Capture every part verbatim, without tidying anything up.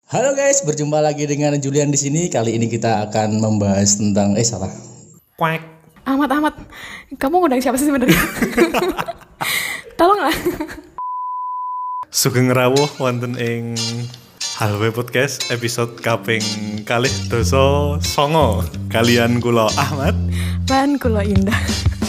Halo guys, berjumpa lagi dengan Julian di sini. Kali ini kita akan membahas tentang eh salah. Quack. Ahmad, Ahmad, kamu ngundang siapa sih sebenarnya? Tolonglah. Sugeng rawuh wonten ing Halwe Podcast episode kaping kalih doso songo kalian kula Ahmad Lan kula Indah.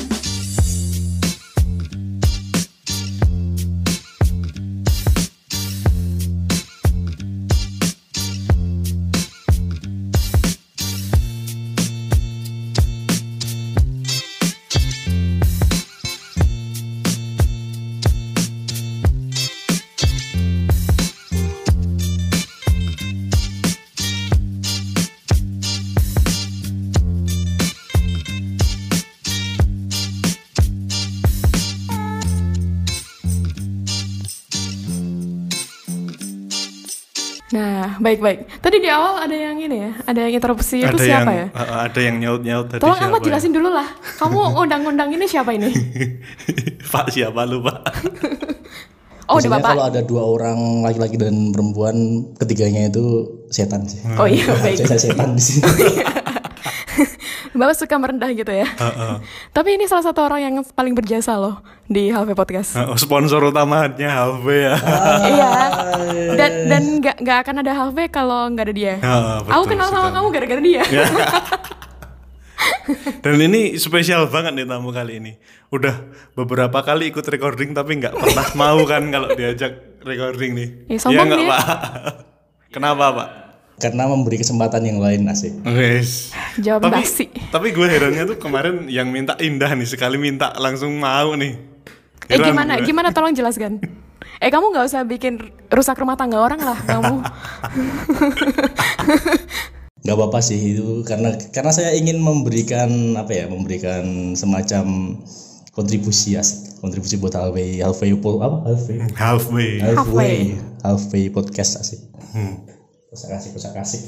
Nah, baik-baik. Tadi di awal ada yang ini ya, ada yang interupsi itu ada siapa yang, ya? uh, ada yang nyaut-nyaut tadi. Tolong siapa Ahmad jelasin ya? dulu lah. Kamu undang-undang ini siapa ini? Pak siapa lu Pak? Oh, udah Biasanya Bapak. kalau ada dua orang laki-laki dan perempuan, ketiganya itu setan sih. Oh iya, baik. Saya setan di sini. Bapak suka merendah gitu ya. Uh-uh. Tapi ini salah satu orang yang paling berjasa loh di Halve Podcast. Uh, sponsor utamanya Halwe ya. Iya. Dan dan nggak nggak akan ada Halve kalau nggak ada dia. Uh, betul Aku kenal sama sekali. kamu gara-gara dia. Dan ini spesial banget nih tamu kali ini. Udah beberapa kali ikut recording tapi nggak pernah mau kan kalau diajak recording nih. Ya, sombong nggak dia. Pak? Kenapa Pak? Karena memberi kesempatan yang lain asik. Wes. Jawab Tapi basi. tapi gue herannya tuh kemarin yang minta Indah nih sekali minta langsung mau nih. Eh Heran gimana? gue. Gimana tolong jelaskan. Eh kamu nggak usah bikin rusak rumah tangga orang lah kamu. Gak apa-apa sih itu karena karena saya ingin memberikan apa ya, memberikan semacam kontribusi asik. Kontribusi buat halfway halfway po- apa halfway Halfway. halfway halfway podcast asik. Hmm. Kosak kasih kosak kasih.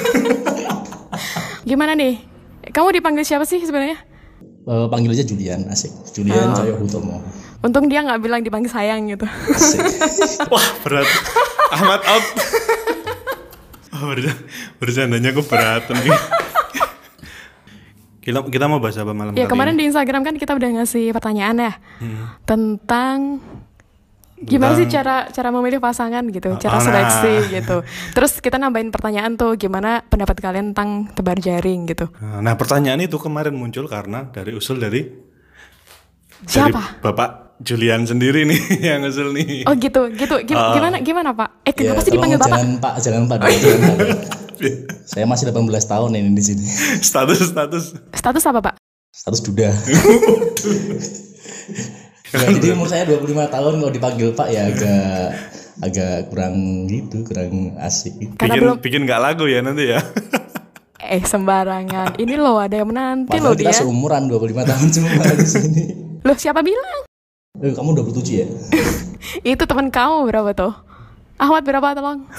Gimana nih? Kamu dipanggil siapa sih sebenarnya? Uh, panggil aja Julian asik. Julian Oh. Cahyo Hutomo. Untung dia nggak bilang dipanggil sayang gitu. Asik. Wah berat. Ahmad out. Oh, bercanda, bercandanya keberatan nih. Kita, kita mau bahas apa malam Ya kali kemarin ini? di Instagram kan kita udah ngasih pertanyaan ya Hmm. tentang gimana sih cara cara memilih pasangan gitu, cara Oh, nah. seleksi gitu. Terus kita nambahin pertanyaan tuh gimana pendapat kalian tentang tebar jaring gitu. Nah pertanyaan itu kemarin muncul karena dari usul dari Siapa? dari Bapak Julian sendiri nih yang usul nih. Oh gitu, gitu. Gim- Ah. Gimana gimana Pak? Eh kenapa Ya, sih tolong dipanggil Bapak? jangan Pak, jangan Pak, jangan Pak. Saya masih delapan belas tahun ini di sini. status status. Status apa Pak? Status duda. Ya, jadi umur saya dua puluh lima tahun, kalau dipanggil Pak ya agak agak kurang gitu, kurang asik. Karena bikin belum bikin nggak lagu ya nanti ya. eh sembarangan. Ini loh ada yang menanti Padahal loh kita dia. seumuran dua puluh lima tahun cuma di sini. Loh siapa bilang? Eh, kamu dua puluh tujuh ya? Itu teman kamu berapa tuh? Ahmad berapa tolong?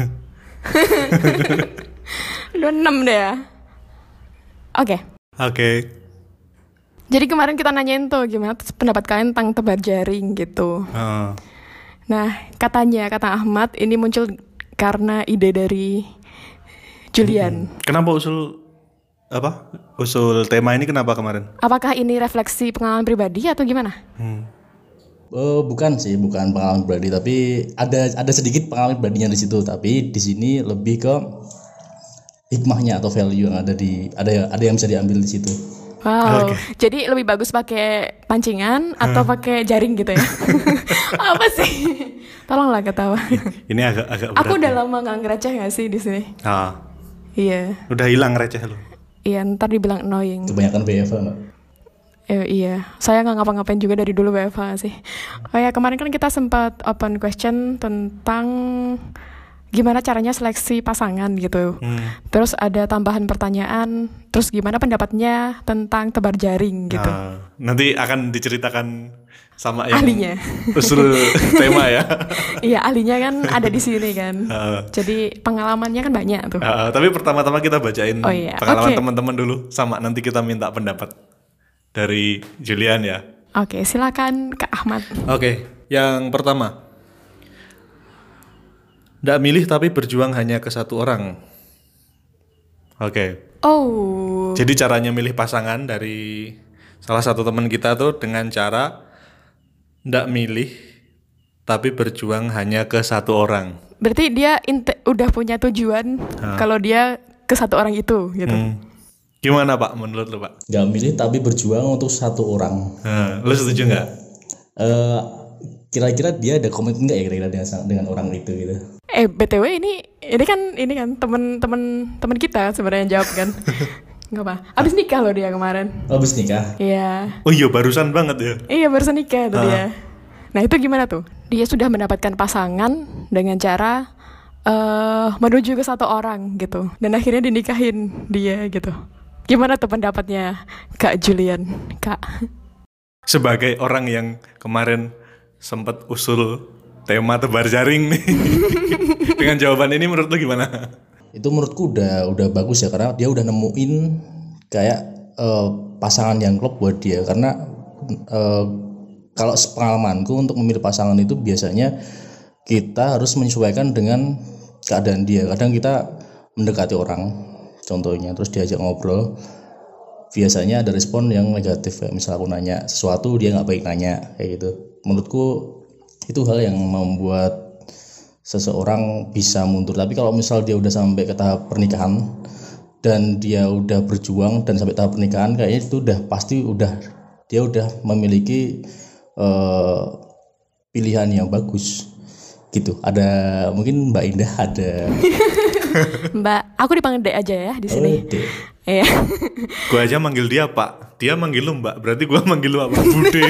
dua puluh enam deh ya. Oke. Oke. Jadi kemarin kita nanyain tuh gimana tuh pendapat kalian tentang tebar jaring gitu. Oh. Nah, katanya kata Ahmad ini muncul karena ide dari Julian. Kenapa usul apa? Usul tema ini kenapa kemarin? Apakah ini refleksi pengalaman pribadi atau gimana? Hmm. Oh, bukan sih, bukan pengalaman pribadi, tapi ada ada sedikit pengalaman pribadinya di situ. Tapi di sini lebih ke hikmahnya atau value yang ada di ada ada yang bisa diambil di situ. Wow, Oke. jadi lebih bagus pakai pancingan atau pakai jaring gitu ya? Apa sih? Tolonglah ketawa. Ini agak agak berat. Aku udah nih. lama nggak ngereceh nggak sih di sini? Ah, Iya, udah hilang receh lu. iya ntar dibilang annoying. Kebanyakan B F A nggak? Eh, iya, saya nggak ngapa-ngapain juga dari dulu W F H sih. Oh ya kemarin kan kita sempat open question tentang gimana caranya seleksi pasangan gitu. Hmm. Terus ada tambahan pertanyaan, terus gimana pendapatnya tentang tebar jaring gitu. Ah, nanti akan diceritakan sama yang Ahlinya. usul tema ya. Iya ahlinya kan ada di sini kan. Ah. Jadi pengalamannya kan banyak tuh. Ah, tapi pertama-tama kita bacain Oh iya, pengalaman oke. teman-teman dulu, sama nanti kita minta pendapat dari Julian ya. Oke silakan Kak Ahmad. Oke, yang pertama, Nggak milih tapi berjuang hanya ke satu orang. Oke. Oh, Jadi caranya milih pasangan dari salah satu teman kita tuh dengan cara nggak milih tapi berjuang hanya ke satu orang. berarti dia inte- udah punya tujuan kalau dia ke satu orang itu gitu. Hmm. Gimana Pak menurut lu Pak? Nggak milih tapi berjuang untuk satu orang. Nah, lu setuju nggak? Eh, kira-kira dia ada komitmen nggak ya kira-kira dengan, dengan orang itu gitu? Eh, B T W ini ini kan ini kan temen-temen temen kita sebenarnya jawab kan. Nggak apa. Abis nikah loh dia kemarin. Oh, habis nikah? Iya. Oh iya barusan banget ya. Iya barusan nikah tuh dia. Nah itu gimana tuh? Dia sudah mendapatkan pasangan dengan cara eh menuju ke satu orang gitu. Dan akhirnya dinikahin dia gitu. Gimana tuh pendapatnya Kak Julian? Kak. Sebagai orang yang kemarin sempat usul tema tebar jaring nih. Dengan jawaban ini menurut lu gimana? Itu menurutku udah udah bagus ya, karena dia udah nemuin kayak eh, pasangan yang klop buat dia. Karena eh, kalau pengalamanku untuk memilih pasangan itu biasanya kita harus menyesuaikan dengan keadaan dia. Kadang kita mendekati orang, contohnya, terus diajak ngobrol, biasanya ada respon yang negatif. Kayak misal aku nanya sesuatu dia nggak baik nanya kayak gitu. Menurutku itu hal yang membuat seseorang bisa mundur. Tapi kalau misal dia udah sampai ke tahap pernikahan dan dia udah berjuang dan sampai tahap pernikahan, kayaknya itu udah pasti udah dia udah memiliki uh, pilihan yang bagus gitu. Ada mungkin Mbak Indah ada. Mbak, aku dipanggil Dek aja ya di sini. Oh, Dek. Iya. Gue aja manggil dia Pak, dia manggil lu Mbak, berarti gue manggil lu apa? Bude.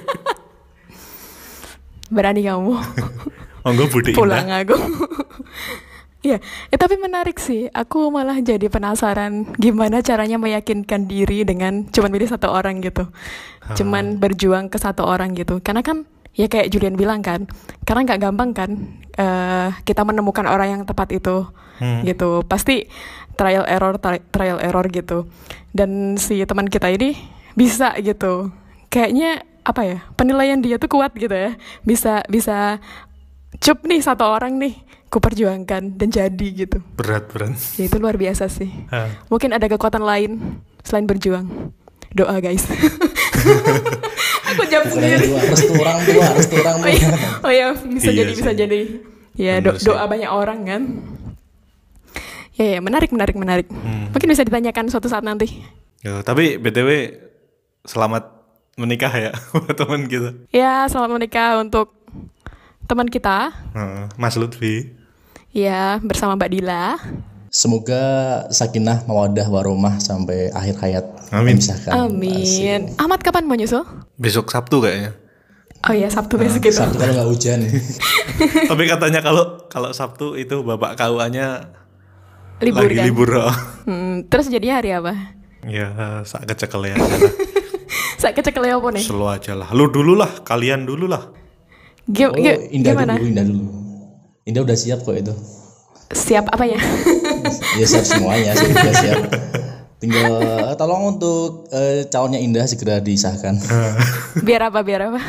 Berani kamu. Oh gue Bude Pulang Indah. aku. Iya, eh, tapi menarik sih. Aku malah jadi penasaran gimana caranya meyakinkan diri dengan cuman milih satu orang gitu. Cuman berjuang ke satu orang gitu. Karena kan ya kayak Julian bilang kan, karena nggak gampang kan eh, kita menemukan orang yang tepat itu gitu. Pasti trial error tri- trial error gitu. Dan si teman kita ini bisa gitu. Kayaknya apa ya? Penilaian dia tuh kuat gitu ya. Bisa bisa cup nih satu orang nih ku perjuangkan dan jadi gitu. Berat berat. Ya itu luar biasa sih. Ha. Mungkin ada kekuatan lain selain berjuang. Doa guys. Aku jawab Bukan yang sendiri. dua, restu orang tua, restu orang Oh tua. iya, oh iya bisa Iya jadi sih. bisa jadi. Ya do- Bener sih. doa banyak orang kan. Ya ya menarik menarik menarik. Mungkin bisa ditanyakan suatu saat nanti. Ya, tapi B T W selamat menikah ya buat teman kita. Ya selamat menikah untuk teman kita. Heeh, Mas Lutfi. Ya bersama Mbak Dila. Semoga sakinah mawadah warahmah sampai akhir hayat. Amin. Memisahkan. Amin. Ahmad kapan mau nyusul? Besok Sabtu kayaknya. Oh iya Sabtu besok gitu. Sabtu kalau nggak hujan. Tapi katanya kalau kalau Sabtu itu bapak K U A-nya Libur lagi kan? libur. Oh. Hmm, terus jadinya hari apa? Ya, sak kecekel ya. aja lah. Saya kecek apa nih? Slow aja lah. Lu dulu lah, kalian dulu lah. Gi- Oh, gi- Indah gimana? dulu, Indah dulu. Indah udah siap kok itu. Siap apa ya? Ya siap semuanya, sih udah siap. Tinggal eh, tolong untuk eh, calonnya Indah segera disahkan. Biar apa? Biar apa?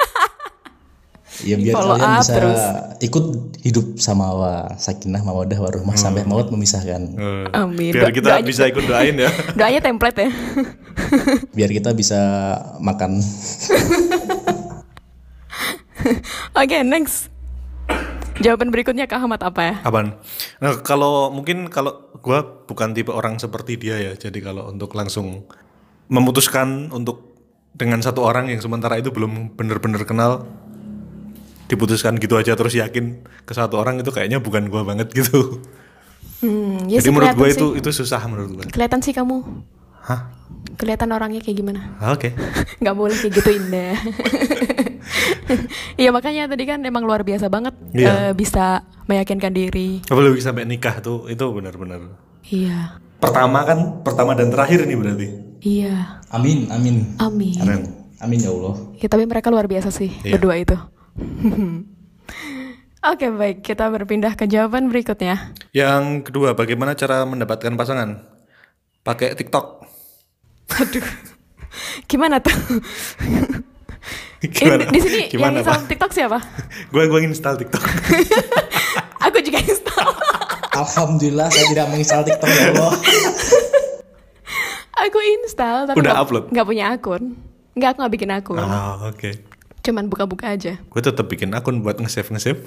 Ya biar Follow kalian up bisa terus. ikut hidup sama wa sakinah mawadah warahmah sampai maut memisahkan. Eh, Amin. Biar Do- kita doanya- bisa ikut doain ya. Doanya template ya. Biar kita bisa makan. Oke, next. Jawaban berikutnya Kak Ahmad apa ya? Apaan? Nah, kalau mungkin kalau gua bukan tipe orang seperti dia ya. Jadi kalau untuk langsung memutuskan untuk dengan satu orang yang sementara itu belum benar-benar kenal, diputuskan gitu aja terus yakin ke satu orang, itu kayaknya bukan gua banget gitu. Hmm, ya Jadi sih, menurut gua kelihatan itu sih. itu susah menurut gua. Kelihatan sih kamu. Hah? Kelihatan orangnya kayak gimana? Ah, Oke. Nggak boleh kayak gitu Indah. Iya makanya tadi kan emang luar biasa banget Iya. eh, bisa meyakinkan diri. Apalagi sampai nikah tuh itu benar-benar. Iya, Pertama kan, pertama dan terakhir nih berarti. iya. Amin, amin. Amin. Keren. Amin ya Allah. Ya tapi mereka luar biasa sih Iya. berdua itu. Oke baik, kita berpindah ke jawaban berikutnya. Yang kedua, bagaimana cara mendapatkan pasangan? Pakai TikTok. Aduh, gimana tuh? Gimana? Ini- di sini Gimana, yang install Pak? TikTok siapa? Gue gue install TikTok. Aku juga install. Alhamdulillah saya tidak menginstal TikTok ya Allah. Aku install tapi Udah nggak- upload? nggak punya akun. Nggak, aku nggak bikin akun. Ah, oke. Cuman buka-buka aja. Gue tetap bikin akun buat nge-save nge-save.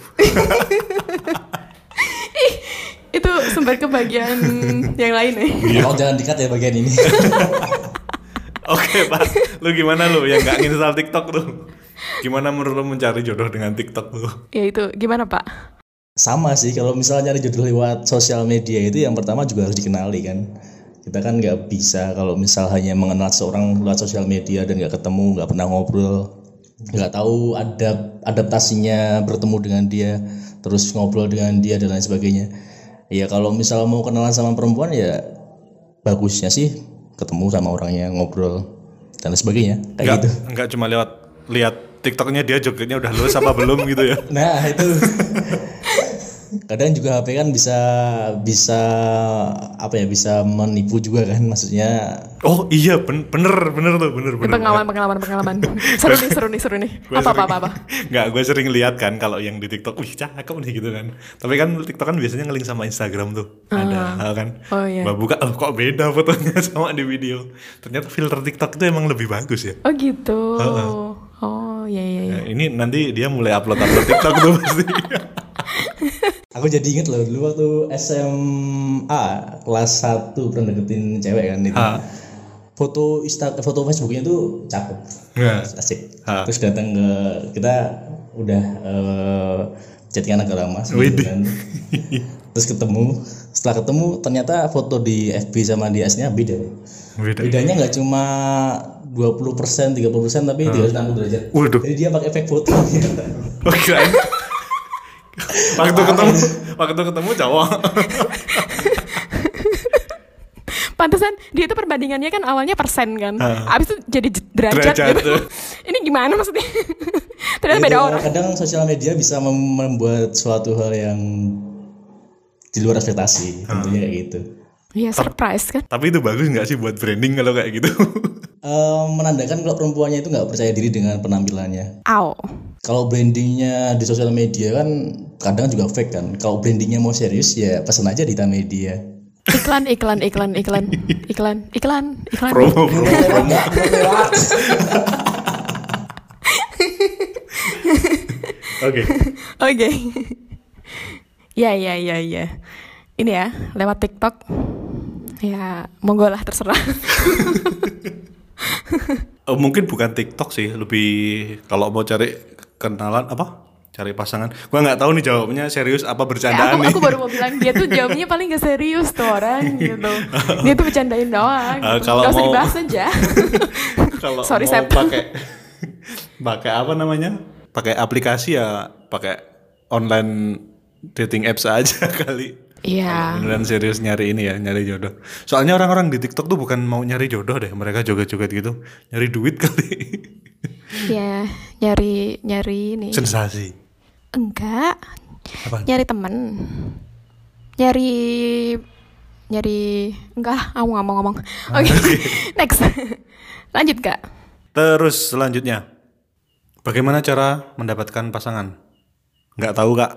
Itu sumber kebahagiaan yang lain ya. Tolong jangan dikat ya bagian ini. Oke Pak, lu gimana lu yang nggak nginstal TikTok tuh? Gimana menurut lu mencari jodoh dengan TikTok tuh? Ya itu gimana Pak? Sama sih, kalau misalnya nyari jodoh lewat sosial media itu yang pertama juga harus dikenali kan. Kita kan nggak bisa kalau misal hanya mengenal seorang lewat sosial media dan nggak ketemu, nggak pernah ngobrol, nggak tahu adap adaptasinya bertemu dengan dia, terus ngobrol dengan dia dan lain sebagainya. Ya kalau misal mau kenalan sama perempuan ya bagusnya sih ketemu sama orangnya, ngobrol dan lain sebagainya kayak Nggak, gitu. nggak cuma lewat lihat TikToknya dia jogetnya udah lulus apa belum gitu ya? Nah itu kadang juga H P kan bisa bisa apa ya bisa menipu juga kan, maksudnya Oh iya ben- bener bener tuh bener bener. Pengalaman, pengalaman, pengalaman. Seru nih, seru nih, seru nih. Gua Apa, apa, sering- apa, apa. Nggak, gue sering lihat kan kalau yang di TikTok, wih cakep nih gitu kan. Tapi kan TikTok kan biasanya nge-link sama Instagram tuh, ada kan. Oh, iya. Gua buka, oh kok beda fotonya sama di video. Ternyata filter TikTok itu emang lebih bagus ya. Oh gitu. Oh iya iya iya. Nah, ini nanti dia mulai upload upload TikTok tuh pasti. aku jadi inget loh dulu waktu S M A kelas satu pernah deketin cewek kan itu. Ha. Foto Insta foto Facebooknya tuh cakep. Nah, Asik. Ha. Terus datang ke kita udah uh, chattingan agak lama seminggu Widih. kan. Terus ketemu, setelah ketemu ternyata foto di F B sama di S-nya beda. beda. Bedanya nggak cuma dua puluh persen, tiga puluh persen tapi tiga ratus enam puluh derajat. Waduh. Jadi dia pakai efek foto. Oh kirain. Waktu ketemu, waktu ketemu cowok. Pantesan dia itu perbandingannya kan awalnya persen kan. Ha. Abis itu jadi j- derajat, Derajat, gitu. tuh. Ini gimana maksudnya? Ternyata Itu beda orang. kadang sosial media bisa mem- membuat suatu hal yang di luar ekspektasi, tentunya kayak gitu. Iya, surprise kan. Tapi itu bagus nggak sih buat branding kalau kayak gitu? Eh, menandakan kalau perempuannya itu nggak percaya diri dengan penampilannya. Aw. Kalau brandingnya di sosial media kan kadang juga fake kan. Kalau brandingnya mau serius ya pesan aja di Tamedia. Iklan, iklan, iklan, iklan, iklan, iklan, iklan. Promo, promo, promo. Oke. Oke. Ya, ya, ya, ya. Ini ya, lewat TikTok. Ya, monggo lah terserah. Oh, mungkin bukan TikTok sih, lebih kalau mau cari kenalan apa? Cari pasangan. Gua nggak tahu nih jawabnya serius apa Ya, bercandaan aku, nih. aku baru mau bilang dia tuh jawabnya paling gak serius tuh orang gitu. Dia tuh bercandain doang. Eh, Gitu. kalau Gak usah mau- dibahas aja. Kalau Sorry, mau Sep. pakai pakai apa namanya? Pakai aplikasi ya, pakai online dating apps aja kali. Iya. Beneran serius nyari ini ya, nyari jodoh. Soalnya orang-orang di TikTok tuh bukan mau nyari jodoh deh, mereka joget-joget gitu, nyari duit kali. Ya, nyari nyari ini. Sensasi. Enggak. Apa? Nyari temen. Nyari nyari enggak, aku nggak mau ngomong. Oke. Next. Lanjut, Kak. Terus selanjutnya, bagaimana cara mendapatkan pasangan? Nggak tahu kak.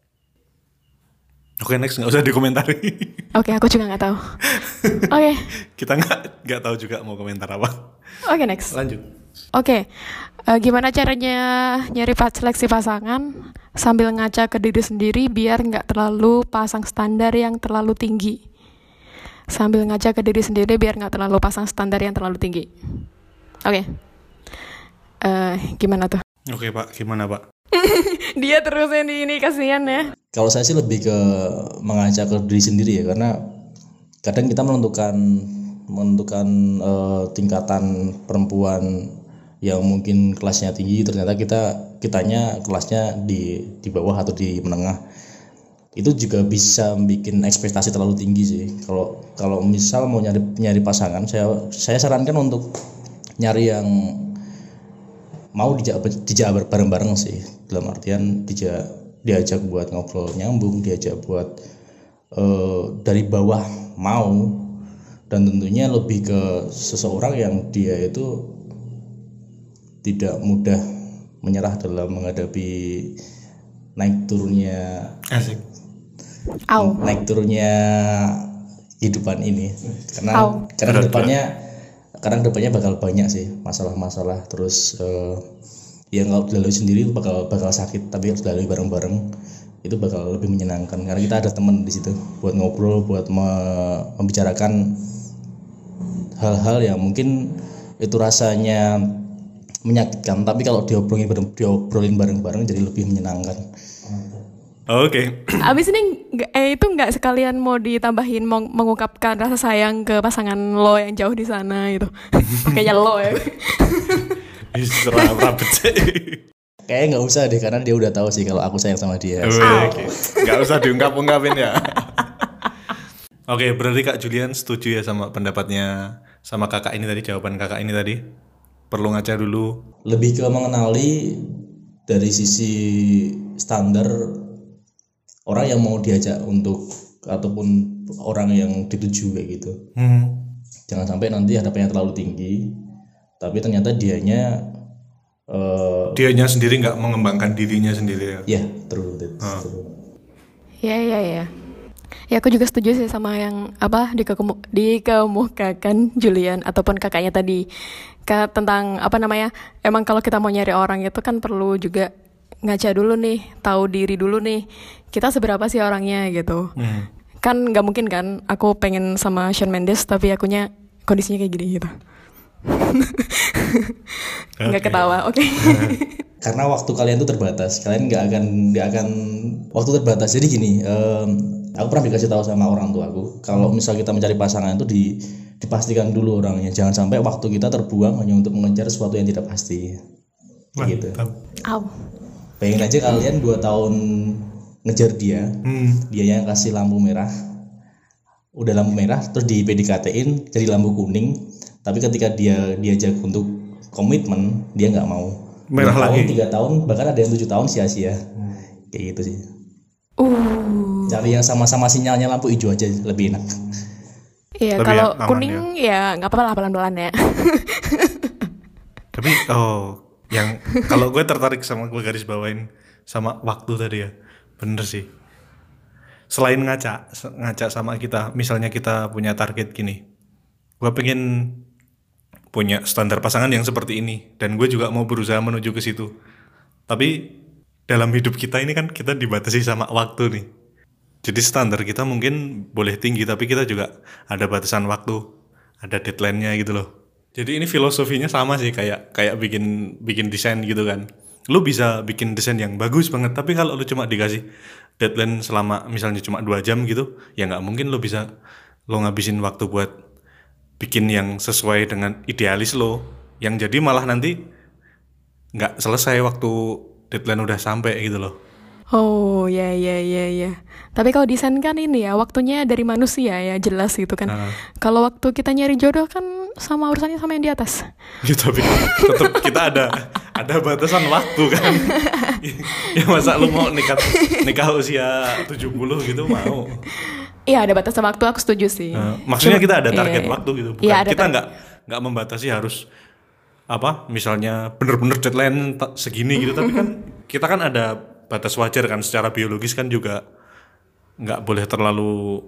Oke next, nggak usah dikomentari. Oke, aku juga nggak tahu. Oke. Kita nggak nggak tahu juga mau komentar apa. Oke, next. Lanjut. Oke, eh, gimana caranya nyari pa- seleksi pasangan sambil ngaca ke diri sendiri biar nggak terlalu pasang standar yang terlalu tinggi. Sambil ngaca ke diri sendiri biar nggak terlalu pasang standar yang terlalu tinggi. Oke, Eh, gimana tuh? Oke pak, gimana pak? Dia terus ini, ini kasihan ya. Kalau saya sih lebih ke mengajak ke diri sendiri ya, karena kadang kita menentukan menentukan eh, tingkatan perempuan yang mungkin kelasnya tinggi, ternyata kita kitanya kelasnya di di bawah atau di menengah. Itu juga bisa bikin ekspektasi terlalu tinggi sih. Kalau kalau misal mau nyari nyari pasangan, saya saya sarankan untuk nyari yang mau dijak dijak bareng-bareng sih, dalam artian dijak diajak buat ngobrol nyambung, diajak buat uh, dari bawah mau, dan tentunya lebih ke seseorang yang dia itu tidak mudah menyerah dalam menghadapi naik turunnya Asik. Au. naik turunnya kehidupan ini. Karena Au. karena kedepannya karena kedepannya bakal banyak sih masalah-masalah. Terus uh, yang kalau dilalui sendiri bakal bakal sakit, tapi harus dilalui bareng-bareng itu bakal lebih menyenangkan karena kita ada teman di situ buat ngobrol, buat me- membicarakan hal-hal yang mungkin itu rasanya menyakitkan, tapi kalau diobrolin bareng, diobrolin bareng-bareng jadi lebih menyenangkan. Oke. Abis ini nggak- eh itu nggak sekalian mau ditambahin mau mengungkapkan rasa sayang ke pasangan lo yang jauh di sana gitu. Pakainya lo ya. Isra rapet sih. Kayaknya nggak usah deh karena dia udah tahu sih kalau aku sayang sama dia. Oke. Nggak usah diungkap-ungkapin ya. Oke, berarti Kak Julian setuju ya sama pendapatnya sama kakak ini tadi, jawaban kakak ini tadi. Perlu ngaca dulu. Lebih ke mengenali dari sisi standar orang yang mau diajak untuk ataupun orang yang dituju kayak gitu. Hmm. Jangan sampai nanti harapannya terlalu tinggi, tapi ternyata dianya uh, Dianya sendiri nggak mengembangkan dirinya sendiri ya. ya true, that's Ah. true. Ya ya ya. Ya aku juga setuju sih sama yang apa dikekemu- dikemukakan Julian ataupun kakaknya tadi Ka- tentang apa namanya, emang kalau kita mau nyari orang itu kan perlu juga ngaca dulu nih, tahu diri dulu nih, kita seberapa sih orangnya gitu. Hmm. Kan nggak mungkin kan aku pengen sama Shawn Mendes tapi akunya kondisinya kayak gini gitu. Nggak Oke. ketawa, oke. Karena waktu kalian tuh terbatas, kalian nggak akan nggak akan waktu terbatas. Jadi gini, em, aku pernah dikasih tahu sama orang tua aku, kalau misal kita mencari pasangan itu di, dipastikan dulu orangnya, jangan sampai waktu kita terbuang hanya untuk mengejar sesuatu yang tidak pasti. Kayak gitu. Mantap. Au. Bayangin aja kalian dua tahun ngejar dia, Hmm. dia yang kasih lampu merah, udah lampu merah terus di P D K T-in jadi lampu kuning, tapi ketika dia diajak untuk komitmen dia nggak mau. Merah Dua tahun, lagi. tiga tahun, bahkan ada yang tujuh tahun sia-sia. Kayak gitu sih. Uh. Cari yang sama-sama sinyalnya lampu hijau aja lebih enak. Iya, Lebih kalau aman kuning ya nggak apa-apa lah pelan-pelan ya. Tapi oh, yang kalau gue tertarik sama gue garis bawain sama waktu tadi ya, bener sih. Selain ngaca, se- ngaca sama kita, misalnya kita punya target gini, gue pengen punya standar pasangan yang seperti ini, dan gue juga mau berusaha menuju ke situ. Tapi dalam hidup kita ini kan kita dibatasi sama waktu nih. Jadi standar kita mungkin boleh tinggi, tapi kita juga ada batasan waktu, ada deadline-nya gitu loh. Jadi ini filosofinya sama sih kayak kayak bikin bikin desain gitu kan. Lu bisa bikin desain yang bagus banget, tapi kalau lu cuma dikasih deadline selama misalnya cuma dua jam gitu, ya nggak mungkin lu bisa lu ngabisin waktu buat bikin yang sesuai dengan idealis lo. Yang jadi malah nanti nggak selesai waktu deadline udah sampai gitu loh. Oh ya ya ya ya. Tapi kalau desain kan ini ya waktunya dari manusia ya jelas gitu kan. Nah. Kalau waktu kita nyari jodoh kan sama urusannya sama yang di atas. Ya, tapi tetap kita ada ada batasan waktu kan. Ya masa lu mau nikah nikah usia tujuh puluh gitu mau. Iya ada batasan waktu, aku setuju sih. Nah, maksudnya Cuma- kita ada target iya, iya. waktu gitu, bukan Iya, ada kita tar- nggak nggak membatasi harus apa misalnya bener-bener deadline ta- segini gitu, tapi kan kita kan ada batas wajar kan secara biologis kan juga nggak boleh terlalu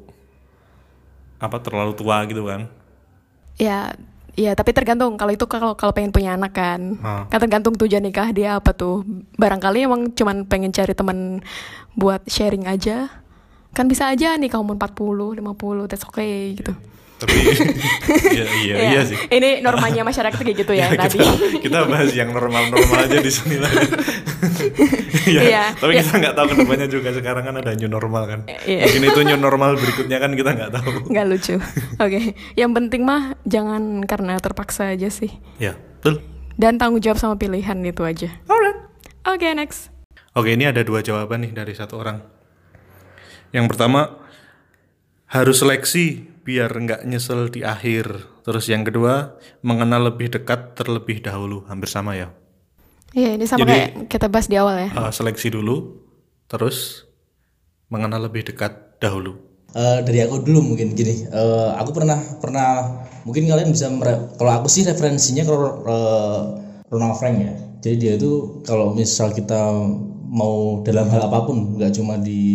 apa terlalu tua gitu kan. Ya, ya tapi tergantung kalau itu kalau kalau pengen punya anak kan. Ah. Kan tergantung tujuan nikah dia apa tuh. Barangkali emang cuman pengen cari teman buat sharing aja. Kan bisa aja nikah umur empat puluh, lima puluh, that's okay gitu. Tapi iya iya Ya, iya sih. Ini normanya masyarakat kayak gitu ya, Ya, tadi. kita, kita bahas yang normal-normal aja di sini lah. Ya, Iya, tapi iya. kita nggak tahu kedepannya juga, sekarang kan ada new normal kan. Iya. Mungkin itu new normal berikutnya kan kita nggak tahu. Nggak lucu. Oke, yang penting mah jangan karena terpaksa aja sih. Ya, betul. Dan tanggung jawab sama pilihan itu aja. Alright. Oke, next. Oke, ini ada dua jawaban nih dari satu orang. Yang pertama, harus seleksi biar nggak nyesel di akhir. Terus yang kedua, mengenal lebih dekat terlebih dahulu. Hampir sama ya. Iya, ini sama Jadi- kayak kita bahas di awal ya. Uh, seleksi dulu, terus mengenal lebih dekat dahulu. Eh, dari aku dulu mungkin gini, eh, aku pernah pernah mungkin kalian bisa mere- kalau aku sih referensinya ke eh, Ronald Frank ya. Jadi dia itu kalau misal kita mau dalam hal apapun, nggak cuma di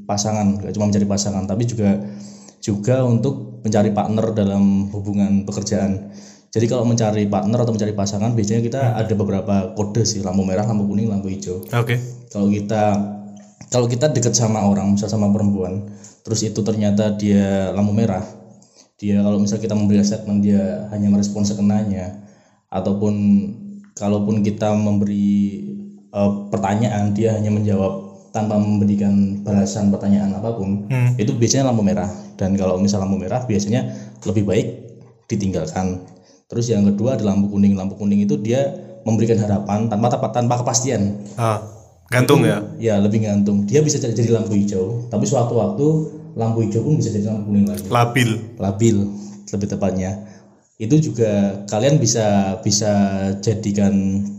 pasangan, gak cuma mencari pasangan, tapi juga juga untuk mencari partner dalam hubungan pekerjaan. Jadi kalau mencari partner atau mencari pasangan biasanya kita hmm. ada beberapa kode sih, lampu merah, lampu kuning, lampu hijau. Oke. Okay. Kalau kita kalau kita dekat sama orang, misal sama perempuan, terus itu ternyata dia lampu merah, dia kalau misal kita memberi statement dia hanya merespon sekenanya, ataupun kalaupun kita memberi uh, pertanyaan dia hanya menjawab tanpa memberikan balasan pertanyaan apapun, hmm. itu biasanya lampu merah. Dan kalau misal lampu merah biasanya lebih baik ditinggalkan. Terus yang kedua ada lampu kuning. Lampu kuning itu dia memberikan harapan tanpa tanpa kepastian. Ah, gantung itu, ya? Ya lebih gantung. Dia bisa jadi lampu hijau, tapi suatu waktu lampu hijau pun bisa jadi lampu kuning lagi. Labil. Labil lebih tepatnya. Itu juga kalian bisa bisa jadikan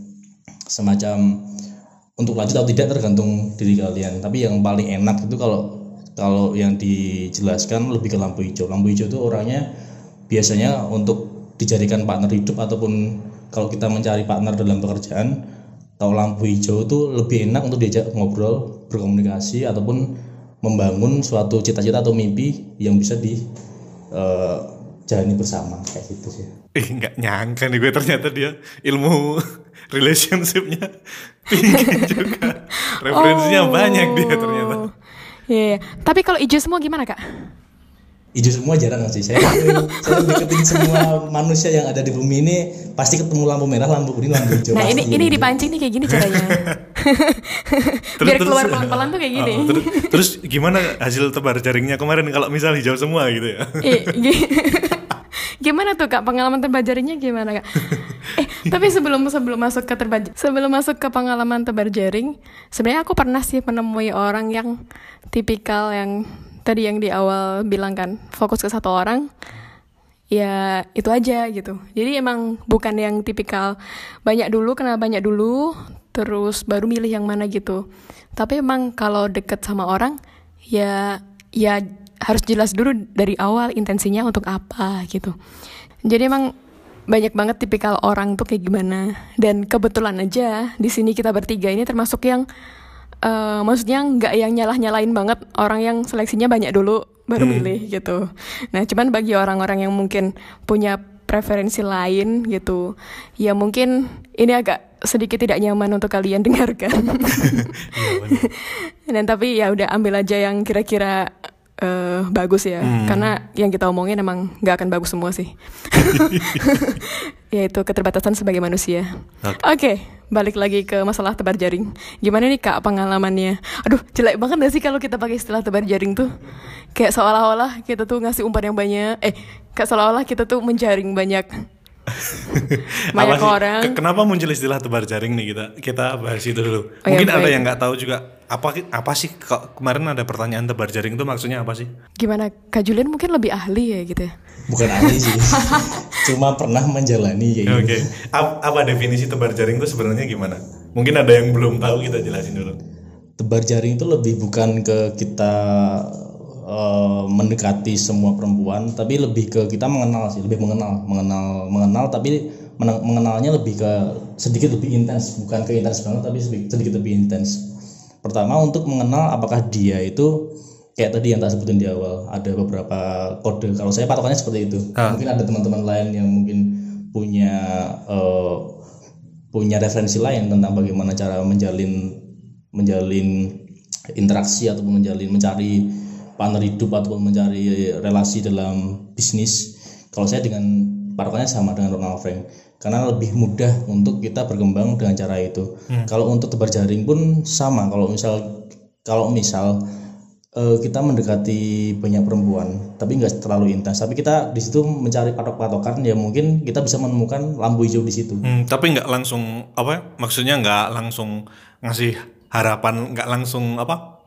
semacam untuk lanjut atau tidak tergantung diri kalian. Tapi yang paling enak itu kalau kalau yang dijelaskan lebih ke lampu hijau. Lampu hijau itu orangnya biasanya untuk dijadikan partner hidup, ataupun kalau kita mencari partner dalam pekerjaan, kalau lampu hijau itu lebih enak untuk diajak ngobrol, berkomunikasi, ataupun membangun suatu cita-cita atau mimpi yang bisa di uh, jalani bersama kayak gitu sih. Eh nggak nyangka nih gue ternyata dia ilmu relationshipnya tinggi juga, referensinya oh. banyak dia ternyata. Iya, yeah. Tapi kalau hijau semua gimana kak? Hijau semua jarang sih. Saya saya deketin semua manusia yang ada di bumi ini pasti ketemu lampu merah, lampu kuning, lampu hijau. Nah ini ini dipancing nih kayak gini caranya. terus, Biar terus, keluar pelan-pelan tuh kayak gini. Oh, terus, terus gimana hasil tebar jaringnya kemarin kalau misal hijau semua gitu ya? Gimana tuh kak pengalaman tebar jaringnya gimana kak? Eh tapi sebelum sebelum masuk ke tebar sebelum masuk ke pengalaman tebar jaring, sebenarnya aku pernah sih menemui orang yang tipikal yang tadi yang di awal bilang kan, fokus ke satu orang, ya itu aja gitu. Jadi emang bukan yang tipikal banyak dulu, kenal banyak dulu, terus baru milih yang mana gitu. Tapi emang kalau deket sama orang, ya ya harus jelas dulu dari awal intensinya untuk apa gitu. Jadi emang banyak banget tipikal orang tuh kayak gimana. Dan kebetulan aja di sini kita bertiga ini termasuk yang Uh, maksudnya nggak yang nyalah-nyalain banget orang yang seleksinya banyak dulu baru milih hmm. gitu. Nah cuman bagi orang-orang yang mungkin punya preferensi lain gitu, ya mungkin ini agak sedikit tidak nyaman untuk kalian dengarkan. Dan tapi ya udah ambil aja yang kira-kira uh, bagus ya, hmm. karena yang kita omongin emang nggak akan bagus semua sih. Yaitu keterbatasan sebagai manusia. Oke. Okay. Okay. Balik lagi ke masalah tebar jaring. Gimana nih kak pengalamannya? Aduh jelek banget gak sih kalau kita pakai istilah tebar jaring tuh? Kayak seolah-olah kita tuh ngasih umpan yang banyak. Eh kayak seolah-olah kita tuh menjaring banyak banyak orang. Kenapa muncul istilah tebar jaring nih, kita kita bahas itu dulu. Oh, mungkin ya, ada yang nggak tahu juga apa apa sih kemarin ada pertanyaan tebar jaring itu maksudnya apa sih? Gimana Kak Julian mungkin lebih ahli ya gitu ya? Bukan ahli sih, cuma pernah menjalani kayak gitu. Oke, okay. Apa definisi tebar jaring itu sebenarnya gimana? Mungkin ada yang belum tahu, kita jelasin dulu. Tebar jaring itu lebih bukan ke kita uh, mendekati semua perempuan, tapi lebih ke kita mengenal sih, lebih mengenal, mengenal, mengenal, tapi mengenalnya lebih ke sedikit lebih intens, bukan ke intens banget, tapi sedikit lebih intens. Pertama untuk mengenal apakah dia itu kayak tadi yang tak sebutin di awal, ada beberapa kode. Kalau saya patokannya seperti itu. Ah. Mungkin ada teman-teman lain yang mungkin punya uh, punya referensi lain tentang bagaimana cara menjalin menjalin interaksi ataupun menjalin mencari partner hidup ataupun mencari relasi dalam bisnis. Kalau saya dengan patokannya sama dengan Ronald Frank, karena lebih mudah untuk kita berkembang dengan cara itu. Hmm. Kalau untuk tebar jaring pun sama. Kalau misal kalau misal uh, kita mendekati banyak perempuan, tapi nggak terlalu intens, tapi kita di situ mencari patok-patokan, ya mungkin kita bisa menemukan lampu hijau di situ. Hmm, tapi nggak langsung apa? Maksudnya nggak langsung ngasih harapan, nggak langsung apa?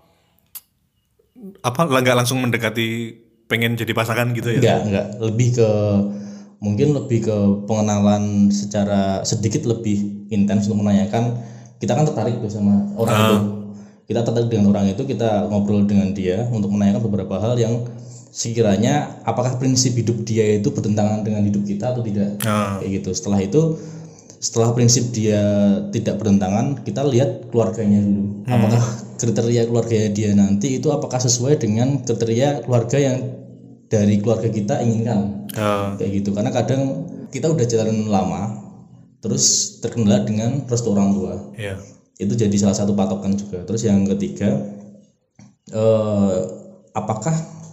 Apa? Nggak langsung mendekati pengen jadi pasangan gitu ya? Nggak, nggak. Lebih ke mungkin lebih ke pengenalan secara sedikit lebih intens untuk menanyakan, kita kan tertarik tuh sama orang uh. itu, kita tertarik dengan orang itu, kita ngobrol dengan dia untuk menanyakan beberapa hal yang sekiranya apakah prinsip hidup dia itu bertentangan dengan hidup kita atau tidak, uh. kayak gitu. Setelah itu, setelah prinsip dia tidak bertentangan, kita lihat keluarganya dulu, hmm. apakah kriteria keluarga dia nanti itu apakah sesuai dengan kriteria keluarga yang dari keluarga kita inginkan. Uh. Kayak gitu. Karena kadang kita udah jalan lama terus terkendala dengan restu orang tua. Yeah. Itu jadi salah satu patokan juga. Terus yang ketiga, eh, apakah